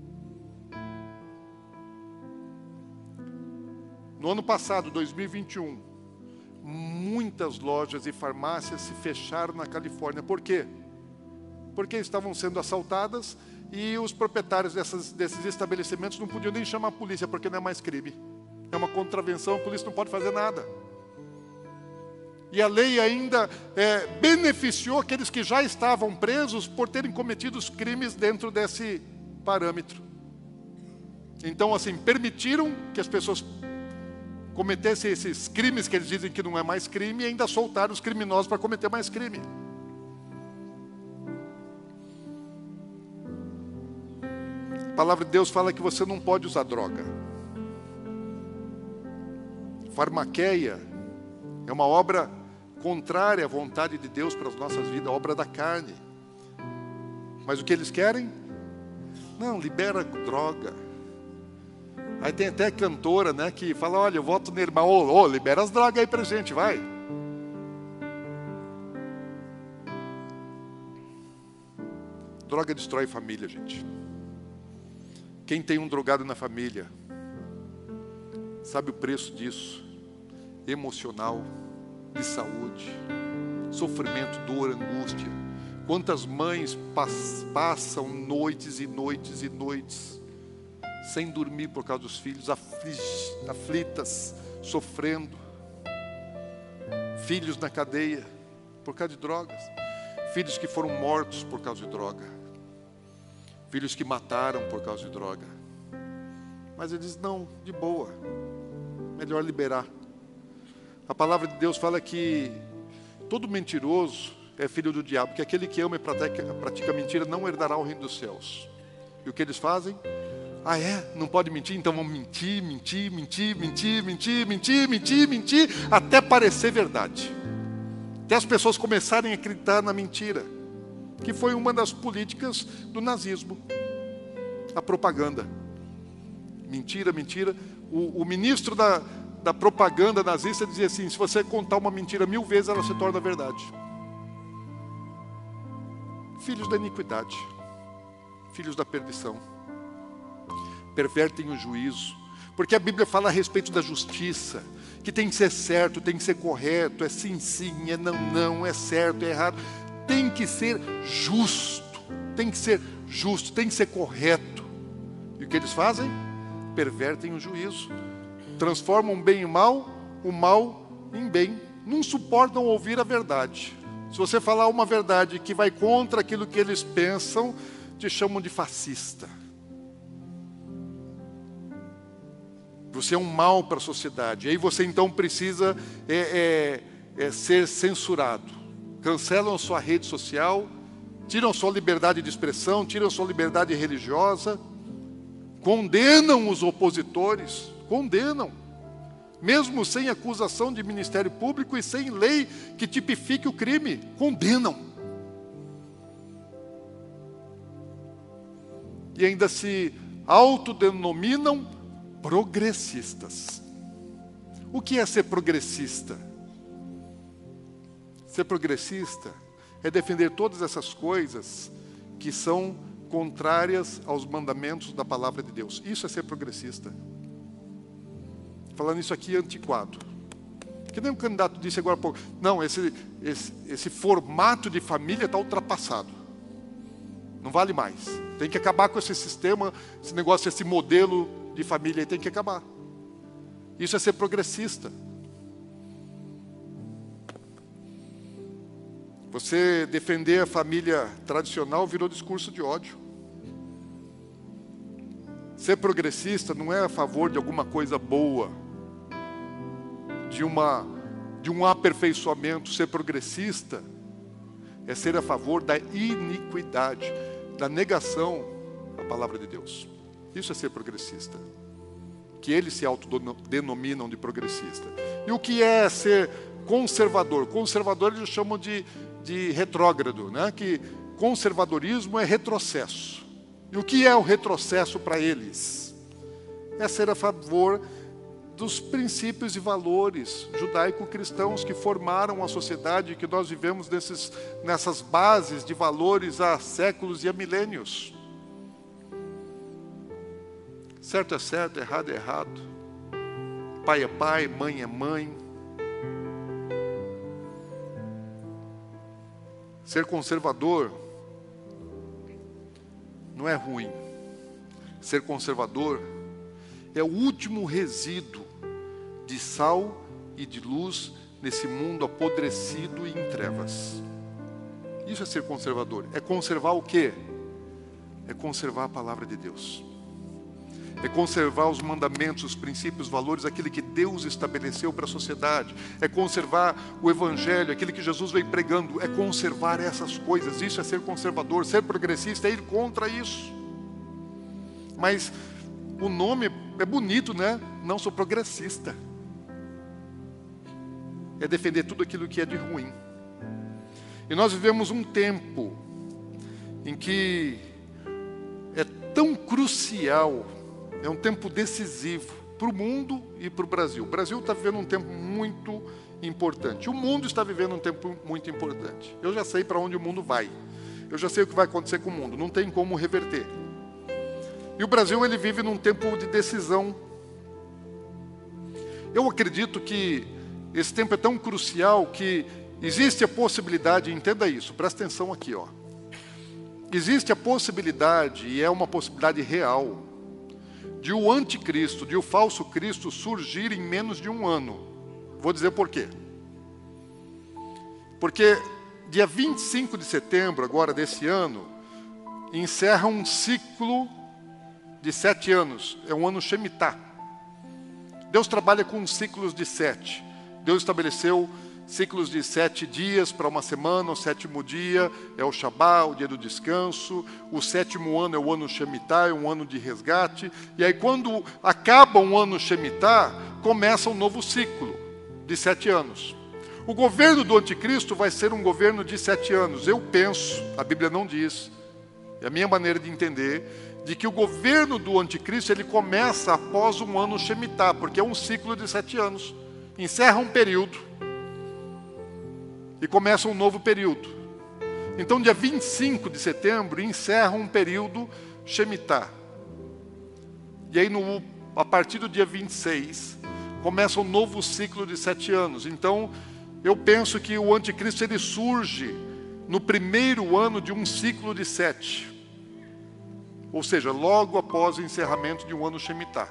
No ano passado, 2021, muitas lojas e farmácias se fecharam na Califórnia. Por quê? Porque estavam sendo assaltadas e os proprietários desses estabelecimentos não podiam nem chamar a polícia, porque não é mais crime. É uma contravenção, a polícia não pode fazer nada. E a lei ainda beneficiou aqueles que já estavam presos por terem cometido os crimes dentro desse parâmetro. Então, assim, permitiram que as pessoas cometessem esses crimes que eles dizem que não é mais crime e ainda soltaram os criminosos para cometer mais crime. A palavra de Deus fala que você não pode usar droga. Farmaqueia é uma obra contrária à vontade de Deus para as nossas vidas, a obra da carne. Mas o que eles querem? Não, libera droga. Aí tem até cantora, né, que fala, olha, eu voto nele, mas libera as drogas aí pra gente, vai. Droga destrói família, gente. Quem tem um drogado na família, sabe o preço disso? Emocional, de saúde, sofrimento, dor, angústia. Quantas mães passam noites e noites e noites sem dormir por causa dos filhos, aflitas, sofrendo. Filhos na cadeia por causa de drogas. Filhos que foram mortos por causa de droga. Filhos que mataram por causa de droga. Mas ele diz, não, de boa, melhor liberar. A palavra de Deus fala que todo mentiroso é filho do diabo, que aquele que ama e pratica mentira não herdará o reino dos céus. E o que eles fazem? Ah, é? Não pode mentir? Então vamos mentir, até parecer verdade. Até as pessoas começarem a acreditar na mentira, que foi uma das políticas do nazismo. A propaganda. Mentira. O ministro da propaganda nazista dizia assim, se você contar uma mentira 1000 vezes, ela se torna verdade. Filhos da iniquidade, filhos da perdição, pervertem o juízo, porque a Bíblia fala a respeito da justiça, que tem que ser certo, tem que ser correto, é sim, sim, é não, não, é certo, é errado, tem que ser justo, tem que ser correto. E o que eles fazem? Pervertem o juízo, transformam o bem em mal, o mal em bem, não suportam ouvir a verdade. Se você falar uma verdade que vai contra aquilo que eles pensam, te chamam de fascista. Você é um mal para a sociedade. E aí você então precisa ser censurado. Cancelam a sua rede social, tiram a sua liberdade de expressão, tiram a sua liberdade religiosa, condenam os opositores, condenam. Mesmo sem acusação de Ministério Público e sem lei que tipifique o crime, condenam. E ainda se autodenominam progressistas. O que é ser progressista? Ser progressista é defender todas essas coisas que são contrárias aos mandamentos da palavra de Deus. Isso é ser progressista. Falando isso aqui é antiquado. Que nem um candidato disse agora há pouco. Não, esse formato de família está ultrapassado. Não vale mais. Tem que acabar com esse sistema, esse negócio, esse modelo de família aí tem que acabar. Isso é ser progressista. Você defender a família tradicional virou discurso de ódio. Ser progressista não é a favor de alguma coisa boa, de um aperfeiçoamento. Ser progressista é ser a favor da iniquidade, da negação à palavra de Deus. Isso é ser progressista. Que eles se autodenominam de progressista. E o que é ser conservador? Conservador eles chamam de retrógrado, né? Que conservadorismo é retrocesso. E o que é o retrocesso para eles? É ser a favor dos princípios e valores judaico-cristãos que formaram a sociedade que nós vivemos nessas bases de valores há séculos e há milênios. Certo é certo, errado é errado. Pai é pai, mãe é mãe. Ser conservador não é ruim. Ser conservador é o último resíduo de sal e de luz nesse mundo apodrecido e em trevas. Isso é ser conservador. É conservar o quê? É conservar a palavra de Deus. É conservar os mandamentos, os princípios, os valores, aquilo que Deus estabeleceu para a sociedade. É conservar o Evangelho, aquilo que Jesus veio pregando. É conservar essas coisas. Isso é ser conservador. Ser progressista é ir contra isso. Mas o nome é bonito, né? Não sou progressista. É defender tudo aquilo que é de ruim. E nós vivemos um tempo em que é tão crucial, é um tempo decisivo para o mundo e para o Brasil. O Brasil está vivendo um tempo muito importante. O mundo está vivendo um tempo muito importante. Eu já sei para onde o mundo vai. Eu já sei o que vai acontecer com o mundo. Não tem como reverter. E o Brasil, ele vive num tempo de decisão. Eu acredito que esse tempo é tão crucial que existe a possibilidade, entenda isso, presta atenção aqui, ó. existe a possibilidade, e é uma possibilidade real, de o anticristo, de o falso Cristo surgir em menos de um ano. Vou dizer por quê. Porque dia 25 de setembro, agora desse ano, encerra um ciclo de 7 anos. É um ano Shemitah. Deus trabalha com ciclos de 7. Deus estabeleceu ciclos de 7 dias para uma semana. O 7º dia é o Shabat, o dia do descanso. O 7º ano é o ano Shemitah, é um ano de resgate. E aí quando acaba um ano Shemitah, começa um novo ciclo de 7 anos. O governo do anticristo vai ser um governo de 7 anos. Eu penso, a Bíblia não diz, é a minha maneira de entender, de que o governo do anticristo ele começa após um ano Shemitah, porque é um ciclo de 7 anos. Encerra um período e começa um novo período. Então, dia 25 de setembro, encerra um período Shemitah. E aí, a partir do dia 26, começa um novo ciclo de 7 anos. Então, eu penso que o anticristo ele surge no primeiro ano de um ciclo de 7. Ou seja, logo após o encerramento de um ano Shemitah.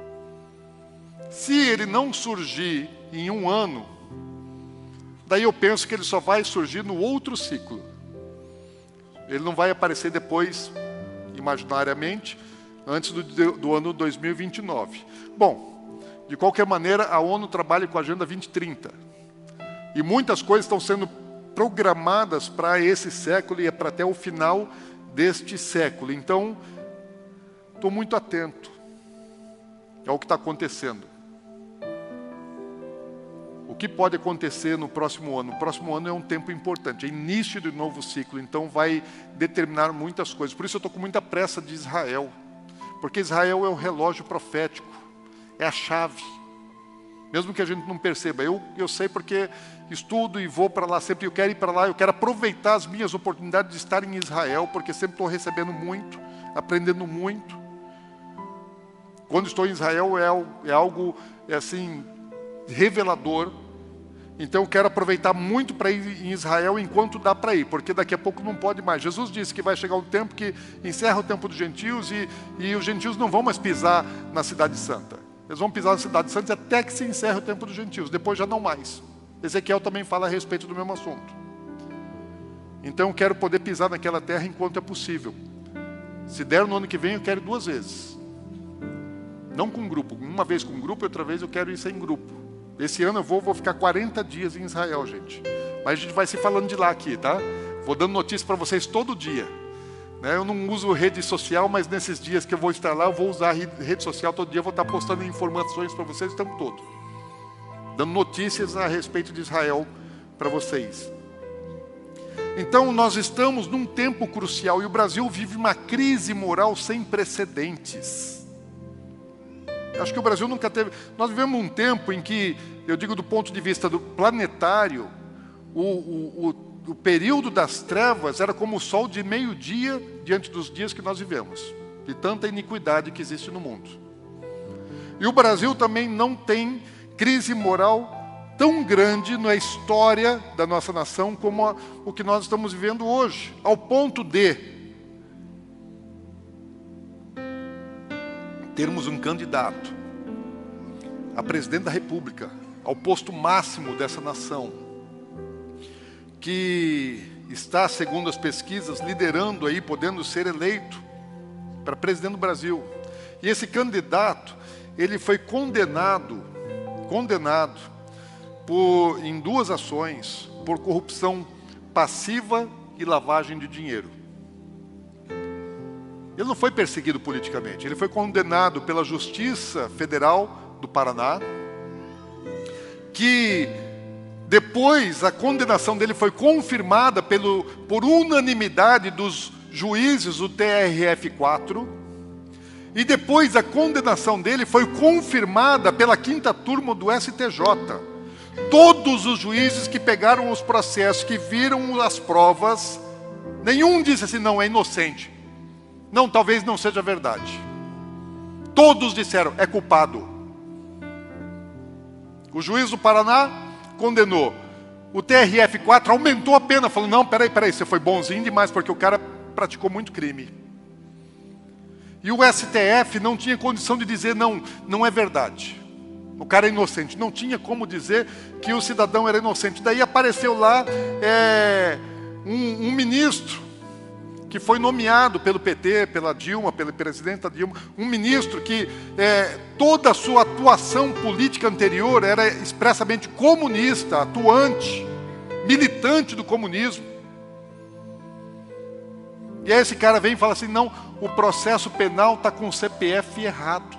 Se ele não surgir em um ano, daí eu penso que ele só vai surgir no outro ciclo. Ele não vai aparecer depois, imaginariamente, antes do ano 2029. Bom, de qualquer maneira, a ONU trabalha com a Agenda 2030. E muitas coisas estão sendo programadas para esse século e para até o final deste século. Então, estou muito atento ao que está acontecendo. O que pode acontecer no próximo ano? O próximo ano é um tempo importante, é início de um novo ciclo, então vai determinar muitas coisas. Por isso eu estou com muita pressa de Israel, porque Israel é o relógio profético, é a chave. Mesmo que a gente não perceba, eu sei porque estudo e vou para lá sempre, eu quero ir para lá, eu quero aproveitar as minhas oportunidades de estar em Israel, porque sempre estou recebendo muito, aprendendo muito. Quando estou em Israel é algo assim, revelador. Então eu quero aproveitar muito para ir em Israel enquanto dá para ir, porque daqui a pouco não pode mais. Jesus disse que vai chegar um tempo que encerra o tempo dos gentios e os gentios não vão mais pisar na cidade santa. Eles vão pisar na cidade santa até que se encerre o tempo dos gentios, depois já não mais. Ezequiel também fala a respeito do mesmo assunto. Então eu quero poder pisar naquela terra enquanto é possível. Se der no ano que vem, eu quero ir 2 vezes. Não com grupo, uma vez com grupo e outra vez eu quero ir sem grupo. Esse ano eu vou ficar 40 dias em Israel, gente. Mas a gente vai se falando de lá aqui, tá? Vou dando notícia para vocês todo dia. Né? Eu não uso rede social, mas nesses dias que eu vou estar lá, eu vou usar rede social todo dia. Eu vou estar postando informações para vocês o tempo todo. Dando notícias a respeito de Israel para vocês. Então nós estamos num tempo crucial e o Brasil vive uma crise moral sem precedentes. Acho que o Brasil nunca teve... Nós vivemos um tempo em que, eu digo do ponto de vista do planetário, o período das trevas era como o sol de meio-dia diante dos dias que nós vivemos, de tanta iniquidade que existe no mundo. E o Brasil também não tem crise moral tão grande na história da nossa nação como o que nós estamos vivendo hoje, ao ponto de termos um candidato a presidente da República, ao posto máximo dessa nação, que está, segundo as pesquisas, liderando aí, podendo ser eleito para presidente do Brasil. E esse candidato, ele foi condenado em 2 ações por corrupção passiva e lavagem de dinheiro. Ele não foi perseguido politicamente, ele foi condenado pela Justiça Federal do Paraná, que depois a condenação dele foi confirmada por unanimidade dos juízes do TRF4, e depois a condenação dele foi confirmada pela 5ª turma do STJ. Todos os juízes que pegaram os processos, que viram as provas, nenhum disse assim, não, é inocente. Não, talvez não seja verdade. Todos disseram, é culpado. O juiz do Paraná condenou. O TRF4 aumentou a pena, falou, não, peraí, você foi bonzinho demais, porque o cara praticou muito crime. E o STF não tinha condição de dizer, não, não é verdade. O cara é inocente. Não tinha como dizer que o cidadão era inocente. Daí apareceu lá um ministro que foi nomeado pelo PT, pela Dilma, pela presidenta Dilma, um ministro que toda a sua atuação política anterior era expressamente comunista, atuante, militante do comunismo. E aí esse cara vem e fala assim, não, o processo penal está com o CPF errado.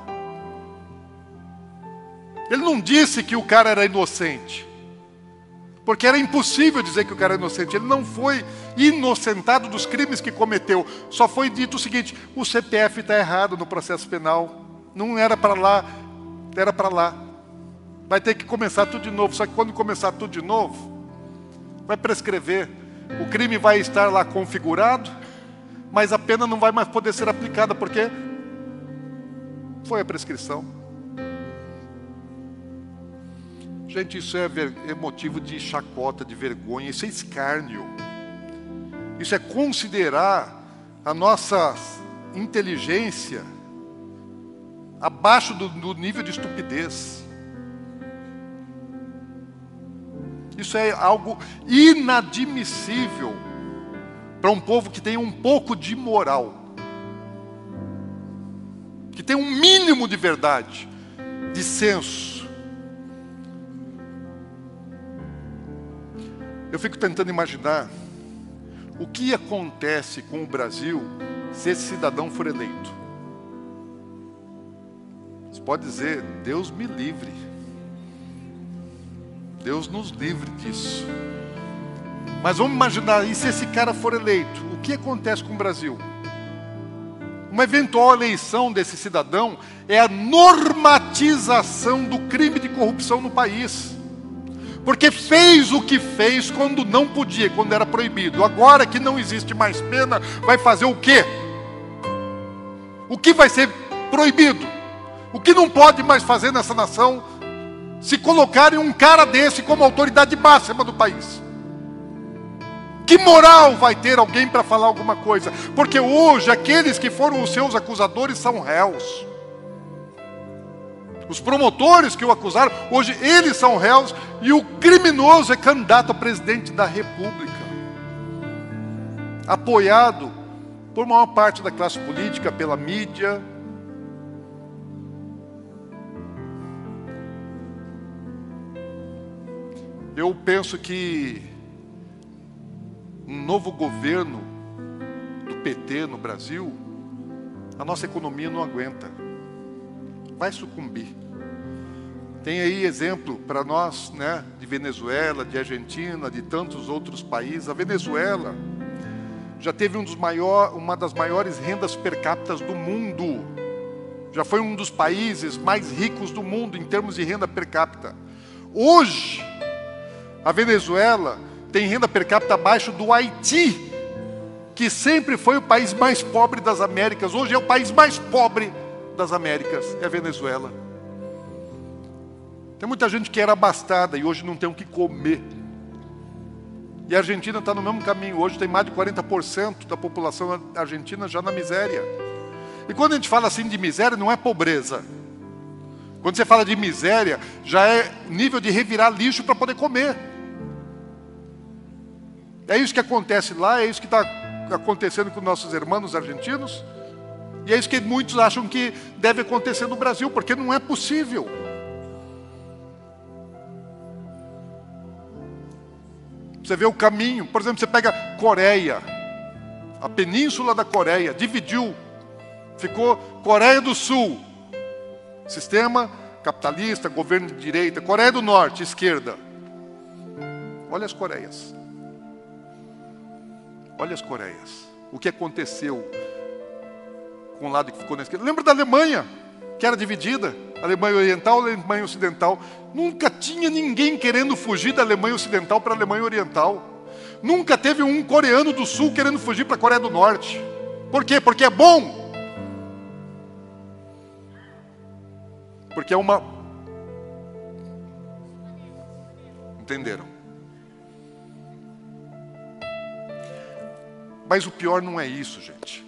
Ele não disse que o cara era inocente, porque era impossível dizer que o cara era inocente. Ele não foi inocentado dos crimes que cometeu. Só foi dito o seguinte, o CPF está errado no processo penal. Não era para lá, era para lá. Vai ter que começar tudo de novo. Só que quando começar tudo de novo, vai prescrever. O crime vai estar lá configurado, mas a pena não vai mais poder ser aplicada, porque foi a prescrição. Gente, isso é motivo de chacota, de vergonha, isso é escárnio. Isso é considerar a nossa inteligência abaixo do nível de estupidez. Isso é algo inadmissível para um povo que tem um pouco de moral, que tem um mínimo de verdade, de senso. Eu fico tentando imaginar o que acontece com o Brasil se esse cidadão for eleito. Você pode dizer, Deus me livre. Deus nos livre disso. Mas vamos imaginar, e se esse cara for eleito? O que acontece com o Brasil? Uma eventual eleição desse cidadão é a normatização do crime de corrupção no país. Porque fez o que fez quando não podia, quando era proibido. Agora que não existe mais pena, vai fazer o quê? O que vai ser proibido? O que não pode mais fazer nessa nação? Se colocarem um cara desse como autoridade máxima do país. Que moral vai ter alguém para falar alguma coisa? Porque hoje aqueles que foram os seus acusadores são réus. Os promotores que o acusaram, hoje eles são réus e o criminoso é candidato a presidente da República. Apoiado por maior parte da classe política, pela mídia. Eu penso que um novo governo do PT no Brasil, a nossa economia não aguenta. Vai sucumbir. Tem aí exemplo para nós, né, de Venezuela, de Argentina, de tantos outros países. A Venezuela já teve uma das maiores rendas per capita do mundo. Já foi um dos países mais ricos do mundo em termos de renda per capita. Hoje, a Venezuela tem renda per capita abaixo do Haiti, que sempre foi o país mais pobre das Américas. Hoje é o país mais pobre das Américas, é a Venezuela. Tem muita gente que era abastada e hoje não tem o que comer. E a Argentina está no mesmo caminho. Hoje tem mais de 40% da população argentina já na miséria. E quando a gente fala assim de miséria, não é pobreza. Quando você fala de miséria, já é nível de revirar lixo para poder comer. É isso que acontece lá, é isso que está acontecendo com nossos irmãos argentinos. E é isso que muitos acham que deve acontecer no Brasil, porque não é possível. Você vê o caminho, por exemplo, você pega Coreia, a península da Coreia, dividiu, ficou Coreia do Sul, sistema capitalista, governo de direita, Coreia do Norte, esquerda. Olha as Coreias. Olha as Coreias. O que aconteceu com o lado que ficou na esquerda? Lembra da Alemanha, que era dividida? Alemanha Oriental, Alemanha Ocidental. Nunca tinha ninguém querendo fugir da Alemanha Ocidental para a Alemanha Oriental. Nunca teve um coreano do Sul querendo fugir para a Coreia do Norte. Por quê? Porque é bom. Porque é uma... Entenderam? Mas o pior não é isso, gente.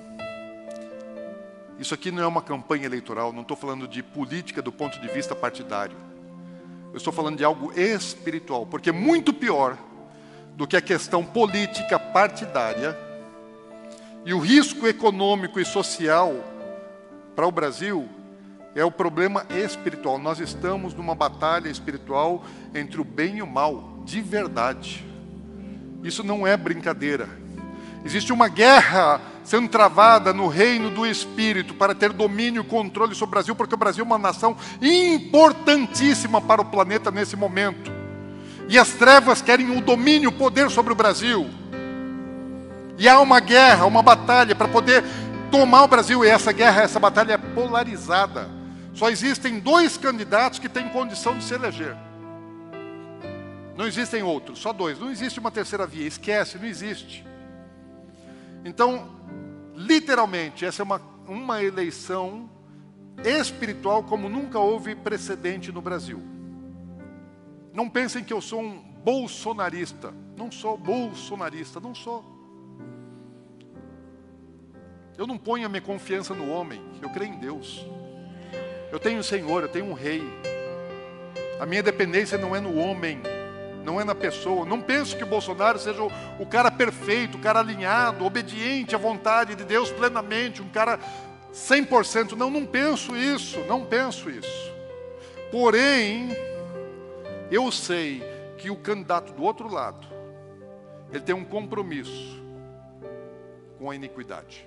Isso aqui não é uma campanha eleitoral, não estou falando de política do ponto de vista partidário. Eu estou falando de algo espiritual, porque muito pior do que a questão política partidária e o risco econômico e social para o Brasil é o problema espiritual. Nós estamos numa batalha espiritual entre o bem e o mal, de verdade. Isso não é brincadeira. Existe uma guerra sendo travada no reino do Espírito para ter domínio e controle sobre o Brasil, porque o Brasil é uma nação importantíssima para o planeta nesse momento. E as trevas querem o domínio, o poder sobre o Brasil. E há uma guerra, uma batalha para poder tomar o Brasil. E essa guerra, essa batalha é polarizada. Só existem 2 candidatos que têm condição de se eleger. Não existem outros, só 2. Não existe uma terceira via, esquece, não existe. Então, literalmente, essa é uma eleição espiritual como nunca houve precedente no Brasil. Não pensem que eu sou um bolsonarista. Não sou bolsonarista, não sou. Eu não ponho a minha confiança no homem, eu creio em Deus. Eu tenho um Senhor, eu tenho um Rei. A minha dependência não é no homem, não é na pessoa. Não penso que o Bolsonaro seja o cara perfeito, o cara alinhado, obediente à vontade de Deus plenamente, um cara 100%. Não penso isso, não penso isso. Porém, eu sei que o candidato do outro lado, ele tem um compromisso com a iniquidade.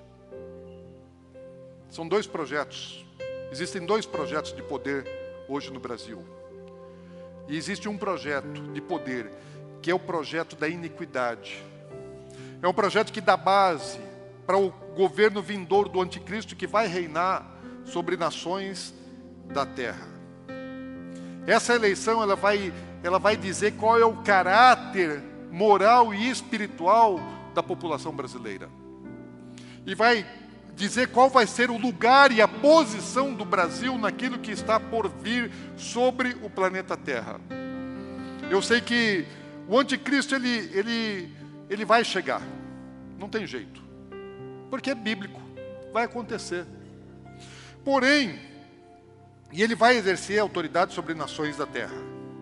São 2 projetos. Existem 2 projetos de poder hoje no Brasil. E existe um projeto de poder, que é o projeto da iniquidade. É um projeto que dá base para o governo vindouro do anticristo, que vai reinar sobre nações da terra. Essa eleição ela vai dizer qual é o caráter moral e espiritual da população brasileira. E vai dizer qual vai ser o lugar e a posição do Brasil naquilo que está por vir sobre o planeta Terra. Eu sei que o anticristo ele vai chegar, não tem jeito, porque é bíblico, vai acontecer. Porém, e ele vai exercer autoridade sobre nações da terra.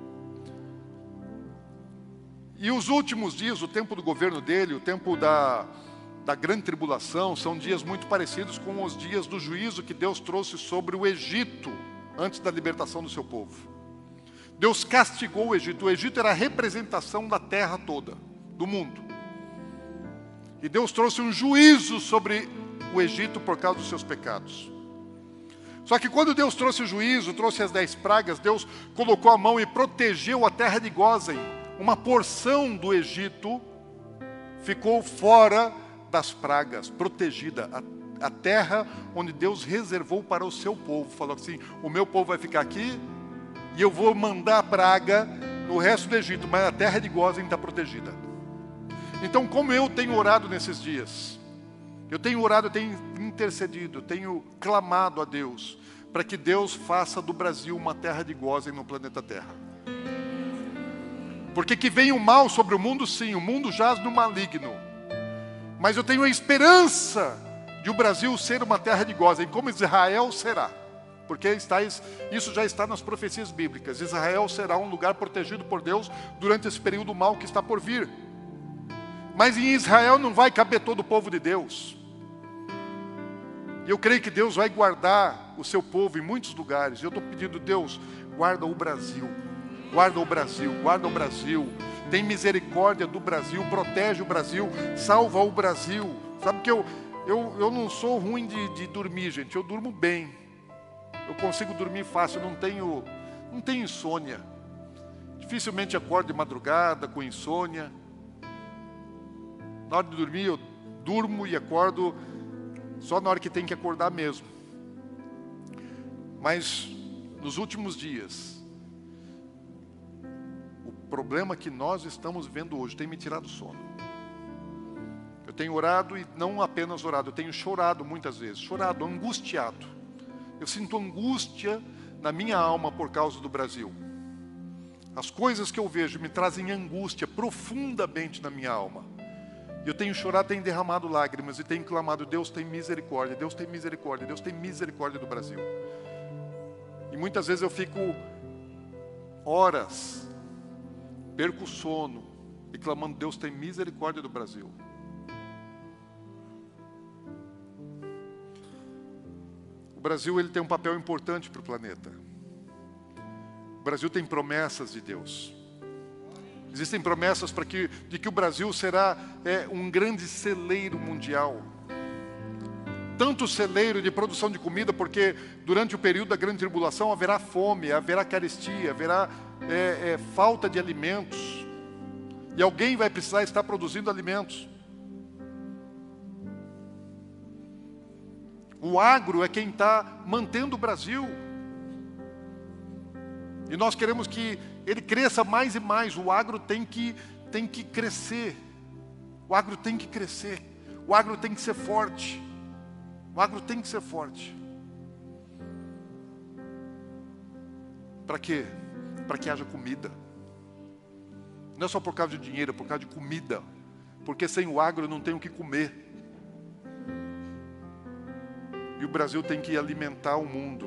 E os últimos dias, o tempo do governo dele, o tempo da grande tribulação, são dias muito parecidos com os dias do juízo que Deus trouxe sobre o Egito, antes da libertação do seu povo. Deus castigou o Egito era a representação da terra toda, do mundo. E Deus trouxe um juízo sobre o Egito por causa dos seus pecados. Só que quando Deus trouxe o juízo, trouxe as 10 pragas, Deus colocou a mão e protegeu a terra de Gósen. Uma porção do Egito ficou fora das pragas, protegida. A terra onde Deus reservou para o seu povo. Falou assim, o meu povo vai ficar aqui e eu vou mandar a praga no resto do Egito, mas a terra de Gósen está protegida. Então, como eu tenho orado nesses dias, eu tenho orado, eu tenho intercedido, eu tenho clamado a Deus, para que Deus faça do Brasil uma terra de Gósen no planeta Terra. Porque que venha o mal sobre o mundo, sim, o mundo jaz no maligno. Mas eu tenho a esperança de o Brasil ser uma terra de Gósen, como Israel será. Porque isso já está nas profecias bíblicas. Israel será um lugar protegido por Deus durante esse período mal que está por vir. Mas em Israel não vai caber todo o povo de Deus. E eu creio que Deus vai guardar o seu povo em muitos lugares. E eu estou pedindo, Deus, guarda o Brasil. Guarda o Brasil, guarda o Brasil. Tem misericórdia do Brasil, protege o Brasil, salva o Brasil. Sabe que eu não sou ruim de dormir, gente. Eu durmo bem. Eu consigo dormir fácil, eu não tenho insônia. Dificilmente acordo de madrugada com insônia. Na hora de dormir, eu durmo e acordo só na hora que tem que acordar mesmo. Mas, nos últimos dias, o problema que nós estamos vendo hoje tem me tirado sono. Eu tenho orado e não apenas orado, eu tenho chorado muitas vezes, chorado, angustiado. Eu sinto angústia na minha alma por causa do Brasil. As coisas que eu vejo me trazem angústia profundamente na minha alma. Eu tenho chorado, tenho derramado lágrimas e tenho clamado: Deus tem misericórdia, Deus tem misericórdia, Deus tem misericórdia do Brasil. E muitas vezes eu fico horas, perco o sono e clamando: Deus tem misericórdia do Brasil. O Brasil, ele tem um papel importante para o planeta. O Brasil tem promessas de Deus. Existem promessas de que o Brasil será um grande celeiro mundial. Tanto celeiro de produção de comida, porque durante o período da grande tribulação haverá fome, haverá carestia, haverá falta de alimentos. E alguém vai precisar estar produzindo alimentos. O agro é quem está mantendo o Brasil. E nós queremos que ele cresça mais e mais. O agro tem que crescer. O agro tem que crescer. O agro tem que ser forte. O agro tem que ser forte. Para quê? Para que haja comida. Não é só por causa de dinheiro, é por causa de comida. Porque sem o agro não tem o que comer. E o Brasil tem que alimentar o mundo.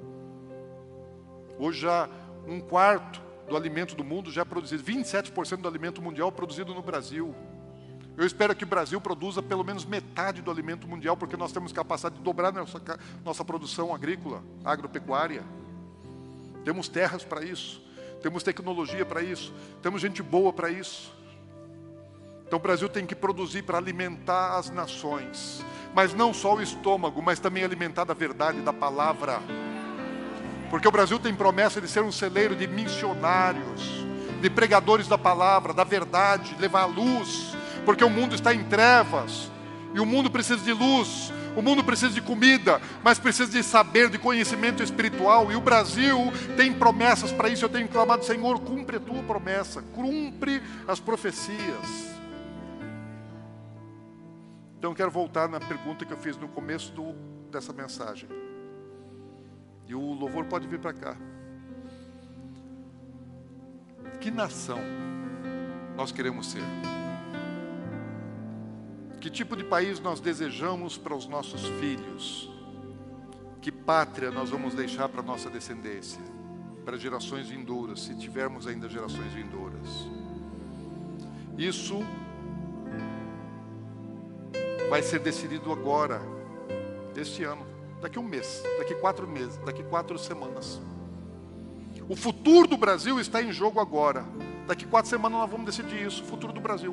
Hoje já 1/4 do alimento do mundo já é produzido. 27% do alimento mundial é produzido no Brasil. Eu espero que o Brasil produza pelo menos metade do alimento mundial, porque nós temos capacidade de dobrar nossa produção agrícola, agropecuária. Temos terras para isso. Temos tecnologia para isso. Temos gente boa para isso. Então o Brasil tem que produzir para alimentar as nações. Mas não só o estômago, mas também alimentar da verdade, da palavra. Porque o Brasil tem promessa de ser um celeiro de missionários, de pregadores da palavra, da verdade, levar a luz. Porque o mundo está em trevas, e o mundo precisa de luz, o mundo precisa de comida, mas precisa de saber, de conhecimento espiritual. E o Brasil tem promessas para isso. Eu tenho clamado: Senhor, cumpre a tua promessa, cumpre as profecias. Então eu quero voltar na pergunta que eu fiz no começo dessa mensagem. E o louvor pode vir para cá. Que nação nós queremos ser? Que tipo de país nós desejamos para os nossos filhos? Que pátria nós vamos deixar para a nossa descendência? Para gerações vindouras, se tivermos ainda gerações vindouras. Isso vai ser decidido agora, este ano. Daqui um mês, daqui 4 meses, daqui 4 semanas. O futuro do Brasil está em jogo agora. Daqui 4 semanas nós vamos decidir isso, o futuro do Brasil.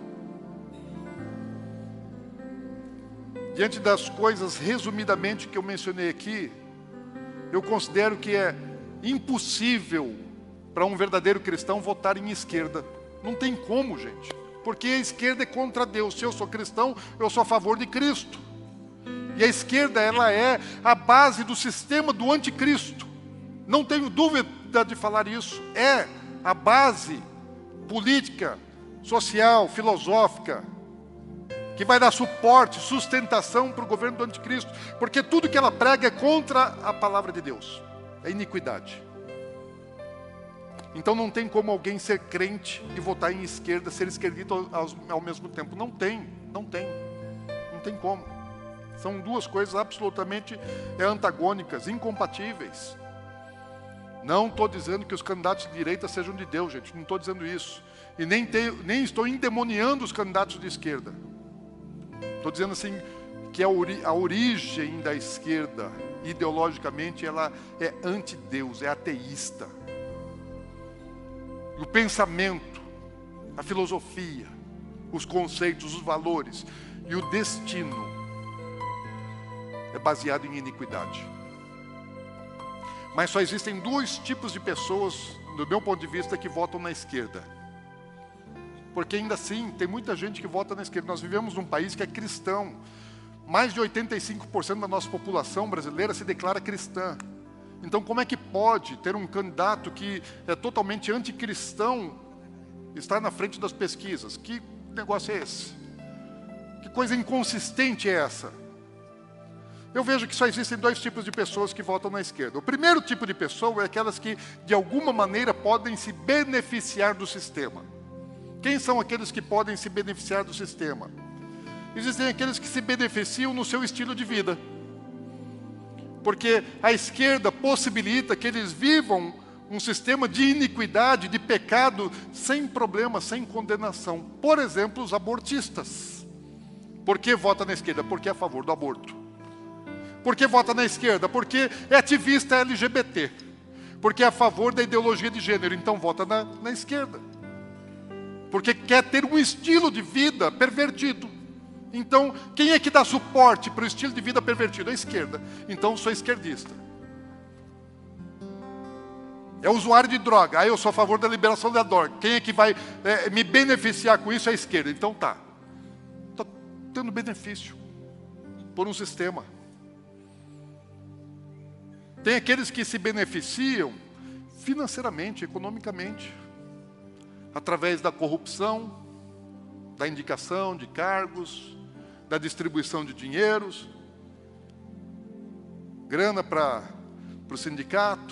Diante das coisas, resumidamente, que eu mencionei aqui, eu considero que é impossível para um verdadeiro cristão votar em esquerda. Não tem como, gente. Porque a esquerda é contra Deus. Se eu sou cristão, eu sou a favor de Cristo. E a esquerda, ela é a base do sistema do anticristo. Não tenho dúvida de falar isso. É a base política, social, filosófica, que vai dar suporte, sustentação para o governo do anticristo. Porque tudo que ela prega é contra a palavra de Deus. É iniquidade. Então não tem como alguém ser crente e votar em esquerda, ser esquerdista ao mesmo tempo. Não tem como. São duas coisas absolutamente antagônicas, incompatíveis. Não estou dizendo que os candidatos de direita sejam de Deus, gente. Não estou dizendo isso. E nem estou endemoniando os candidatos de esquerda. Estou dizendo assim que a origem da esquerda, ideologicamente, ela é anti-Deus, é ateísta. E o pensamento, a filosofia, os conceitos, os valores e o destino é baseado em iniquidade. Mas só existem 2 tipos de pessoas, do meu ponto de vista, que votam na esquerda. Porque ainda assim, tem muita gente que vota na esquerda. Nós vivemos num país que é cristão. Mais de 85% da nossa população brasileira se declara cristã. Então, como é que pode ter um candidato que é totalmente anticristão estar na frente das pesquisas? Que negócio é esse? Que coisa inconsistente é essa? Eu vejo que só existem 2 tipos de pessoas que votam na esquerda. O primeiro tipo de pessoa é aquelas que, de alguma maneira, podem se beneficiar do sistema. Quem são aqueles que podem se beneficiar do sistema? Existem aqueles que se beneficiam no seu estilo de vida. Porque a esquerda possibilita que eles vivam um sistema de iniquidade, de pecado, sem problema, sem condenação. Por exemplo, os abortistas. Por que vota na esquerda? Porque é a favor do aborto. Por que vota na esquerda? Porque é ativista LGBT. Porque é a favor da ideologia de gênero. Então vota na esquerda. Porque quer ter um estilo de vida pervertido. Então, quem é que dá suporte para o estilo de vida pervertido? A esquerda. Então, eu sou esquerdista. É usuário de droga. Aí eu sou a favor da liberação da droga. Quem é que vai me beneficiar com isso? É a esquerda. Então tá. Está tendo benefício por um sistema. Tem aqueles que se beneficiam financeiramente, economicamente, através da corrupção, da indicação de cargos, da distribuição de dinheiros, grana para o sindicato,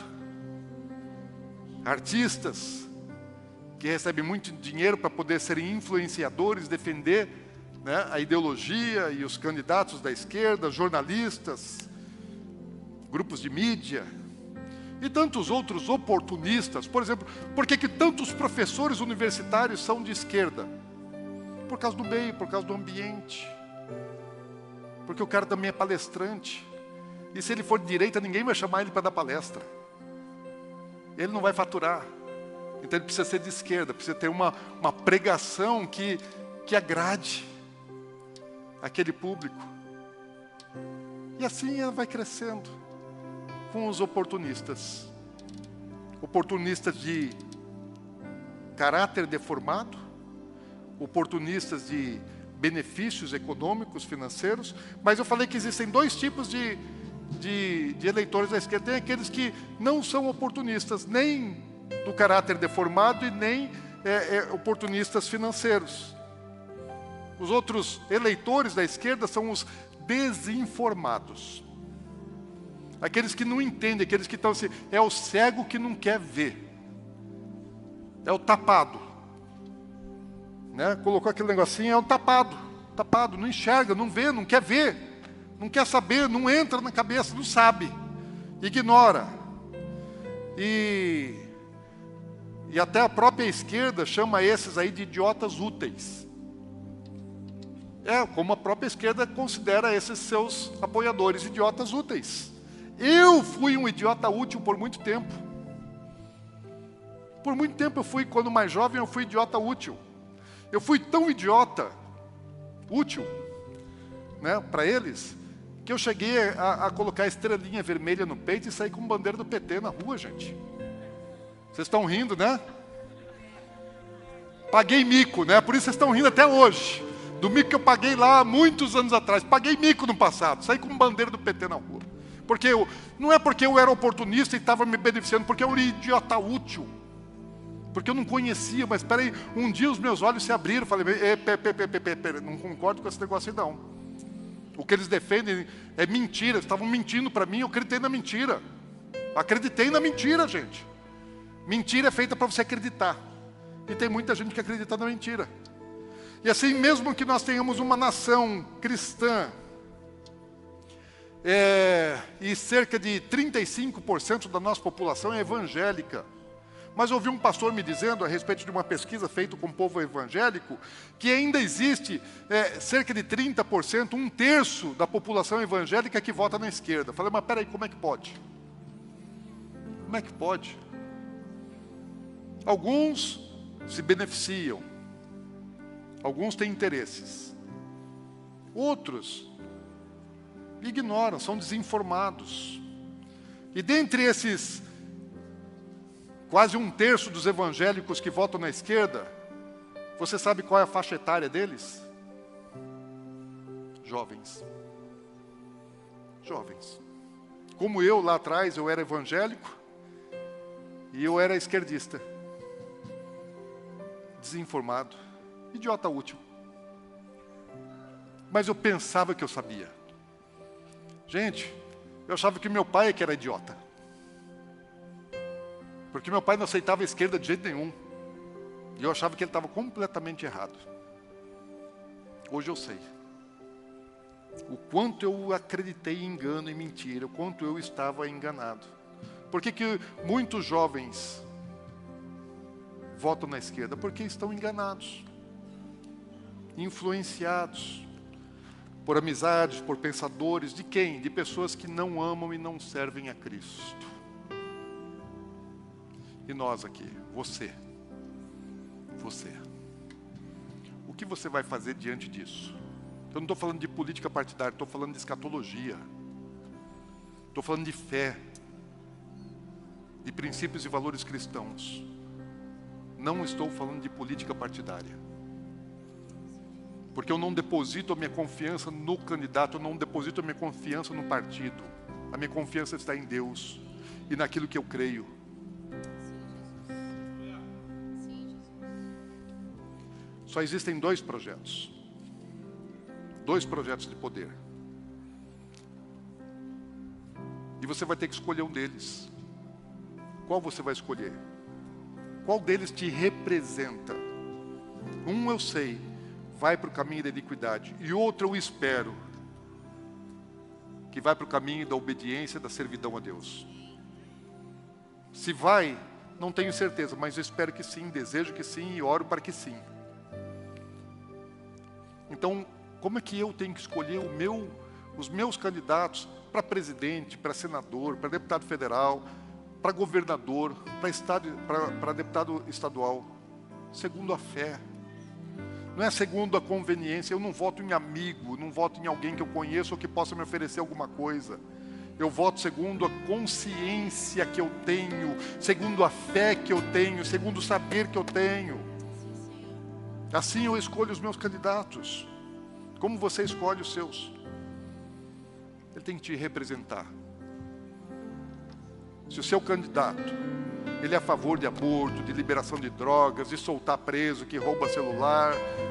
artistas que recebem muito dinheiro para poder serem influenciadores, defender, né, a ideologia e os candidatos da esquerda, jornalistas, grupos de mídia e tantos outros oportunistas. Por exemplo, por que tantos professores universitários são de esquerda? Por causa do meio, por causa do ambiente. Porque o cara também é palestrante. E se ele for de direita, ninguém vai chamar ele para dar palestra. Ele não vai faturar. Então ele precisa ser de esquerda, precisa ter uma pregação que agrade aquele público. E assim ela vai crescendo com os oportunistas. Oportunistas de caráter deformado, oportunistas de benefícios econômicos, financeiros, mas eu falei que existem dois tipos de eleitores da esquerda. Tem aqueles que não são oportunistas, nem do caráter deformado e nem oportunistas financeiros. Os outros eleitores da esquerda são os desinformados. Aqueles que não entendem, aqueles que estão assim, é o cego que não quer ver. É o tapado. Né? Colocou aquele negocinho, é um tapado, não enxerga, não vê, não quer ver, não quer saber, não entra na cabeça, não sabe, ignora. E até a própria esquerda chama esses aí de idiotas úteis. Como a própria esquerda considera esses seus apoiadores idiotas úteis. Eu fui um idiota útil por muito tempo. Por muito tempo eu fui, quando mais jovem, eu fui idiota útil. Eu fui tão idiota, útil, né, para eles, que eu cheguei a colocar a estrelinha vermelha no peito e sair com bandeira do PT na rua, gente. Vocês estão rindo, né? Paguei mico, né? Por isso vocês estão rindo até hoje. Do mico que eu paguei lá muitos anos atrás. Paguei mico no passado, saí com bandeira do PT na rua. Porque não é porque eu era oportunista e estava me beneficiando, porque eu era idiota útil. Porque eu não conhecia, mas espera aí, um dia os meus olhos se abriram, falei, não concordo com esse negócio aí não. O que eles defendem é mentira, estavam mentindo para mim, eu acreditei na mentira. Acreditei na mentira, gente. Mentira é feita para você acreditar. E tem muita gente que acredita na mentira. E assim, mesmo que nós tenhamos uma nação cristã, e cerca de 35% da nossa população é evangélica. Mas eu ouvi um pastor me dizendo, a respeito de uma pesquisa feita com o povo evangélico, que ainda existe cerca de 30%, 1/3 da população evangélica que vota na esquerda. Falei, mas peraí, como é que pode? Como é que pode? Alguns se beneficiam, alguns têm interesses, outros ignoram, são desinformados. E dentre esses quase 1/3 dos evangélicos que votam na esquerda, você sabe qual é a faixa etária deles? Jovens. Jovens. Como eu lá atrás, eu era evangélico e eu era esquerdista. Desinformado, idiota útil. Mas eu pensava que eu sabia. Gente, eu achava que meu pai é que era idiota. Porque meu pai não aceitava a esquerda de jeito nenhum. E eu achava que ele estava completamente errado. Hoje eu sei. o quanto eu acreditei em engano e mentira, o quanto eu estava enganado. Por que muitos jovens votam na esquerda? Porque estão enganados, influenciados por amizades, por pensadores. De quem? De pessoas que não amam e não servem a Cristo. E nós aqui, você, o que você vai fazer diante disso? Eu não estou falando de política partidária, estou falando de escatologia, estou falando de fé, de princípios e valores cristãos. Não estou falando de política partidária. Porque eu não deposito a minha confiança no candidato, eu não deposito a minha confiança no partido. A minha confiança está em Deus e naquilo que eu creio. Só existem dois projetos de poder. E você vai ter que escolher um deles. Qual você vai escolher? Qual deles te representa? Um eu sei, vai para o caminho da iniquidade. E outro eu espero, que vai para o caminho da obediência, da servidão a Deus. Se vai, não tenho certeza, mas eu espero que sim, desejo que sim e oro para que sim. Então, como é que eu tenho que escolher os meus candidatos para presidente, para senador, para deputado federal, para governador, para deputado estadual? Segundo a fé. Não é segundo a conveniência. Eu não voto em amigo, não voto em alguém que eu conheço ou que possa me oferecer alguma coisa. Eu voto segundo a consciência que eu tenho, segundo a fé que eu tenho, segundo o saber que eu tenho. Assim eu escolho os meus candidatos. Como você escolhe os seus? Ele tem que te representar. Se o seu candidato, ele é a favor de aborto, de liberação de drogas, de soltar preso, que rouba celular,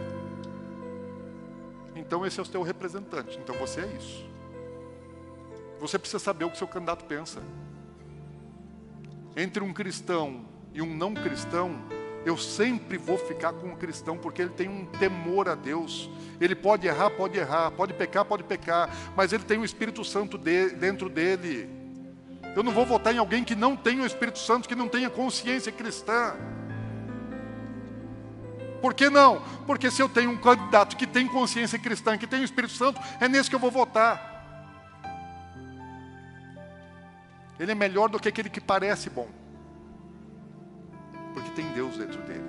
então esse é o seu representante. Então você é isso. Você precisa saber o que o seu candidato pensa. Entre um cristão e um não cristão, eu sempre vou ficar com o cristão, porque ele tem um temor a Deus. Ele pode errar, pode pecar, mas ele tem o Espírito Santo dentro dele. Eu não vou votar em alguém que não tenha o Espírito Santo, que não tenha consciência cristã. Por que não? Porque se eu tenho um candidato que tem consciência cristã, que tem o Espírito Santo, é nesse que eu vou votar. Ele é melhor do que aquele que parece bom, porque tem Deus dentro dele.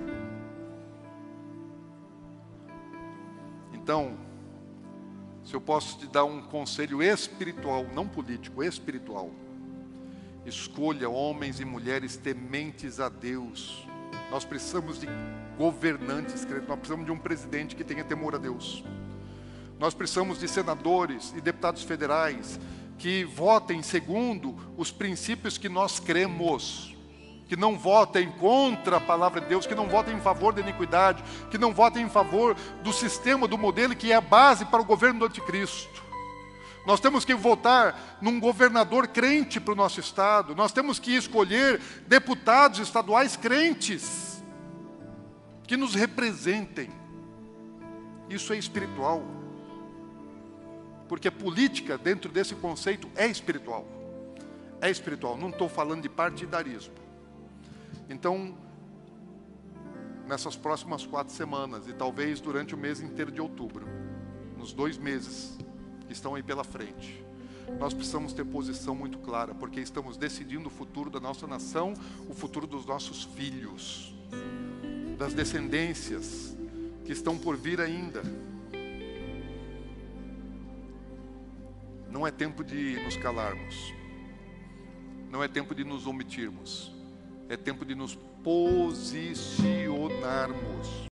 Então, se eu posso te dar um conselho espiritual, não político, espiritual: escolha homens e mulheres tementes a Deus. Nós precisamos de governantes crentes, nós precisamos de um presidente que tenha temor a Deus. Nós precisamos de senadores e deputados federais que votem segundo os princípios que nós cremos, que não votem contra a palavra de Deus, que não votem em favor da iniquidade, que não votem em favor do sistema, do modelo que é a base para o governo do anticristo. Nós temos que votar num governador crente para o nosso estado. Nós temos que escolher deputados estaduais crentes, que nos representem. Isso é espiritual. Porque a política, dentro desse conceito, é espiritual. É espiritual, não estou falando de partidarismo. Então, nessas próximas 4 semanas, e talvez durante o mês inteiro de outubro, nos 2 meses que estão aí pela frente, nós precisamos ter posição muito clara, porque estamos decidindo o futuro da nossa nação, o futuro dos nossos filhos, das descendências que estão por vir ainda. Não é tempo de nos calarmos, não é tempo de nos omitirmos, é tempo de nos posicionarmos.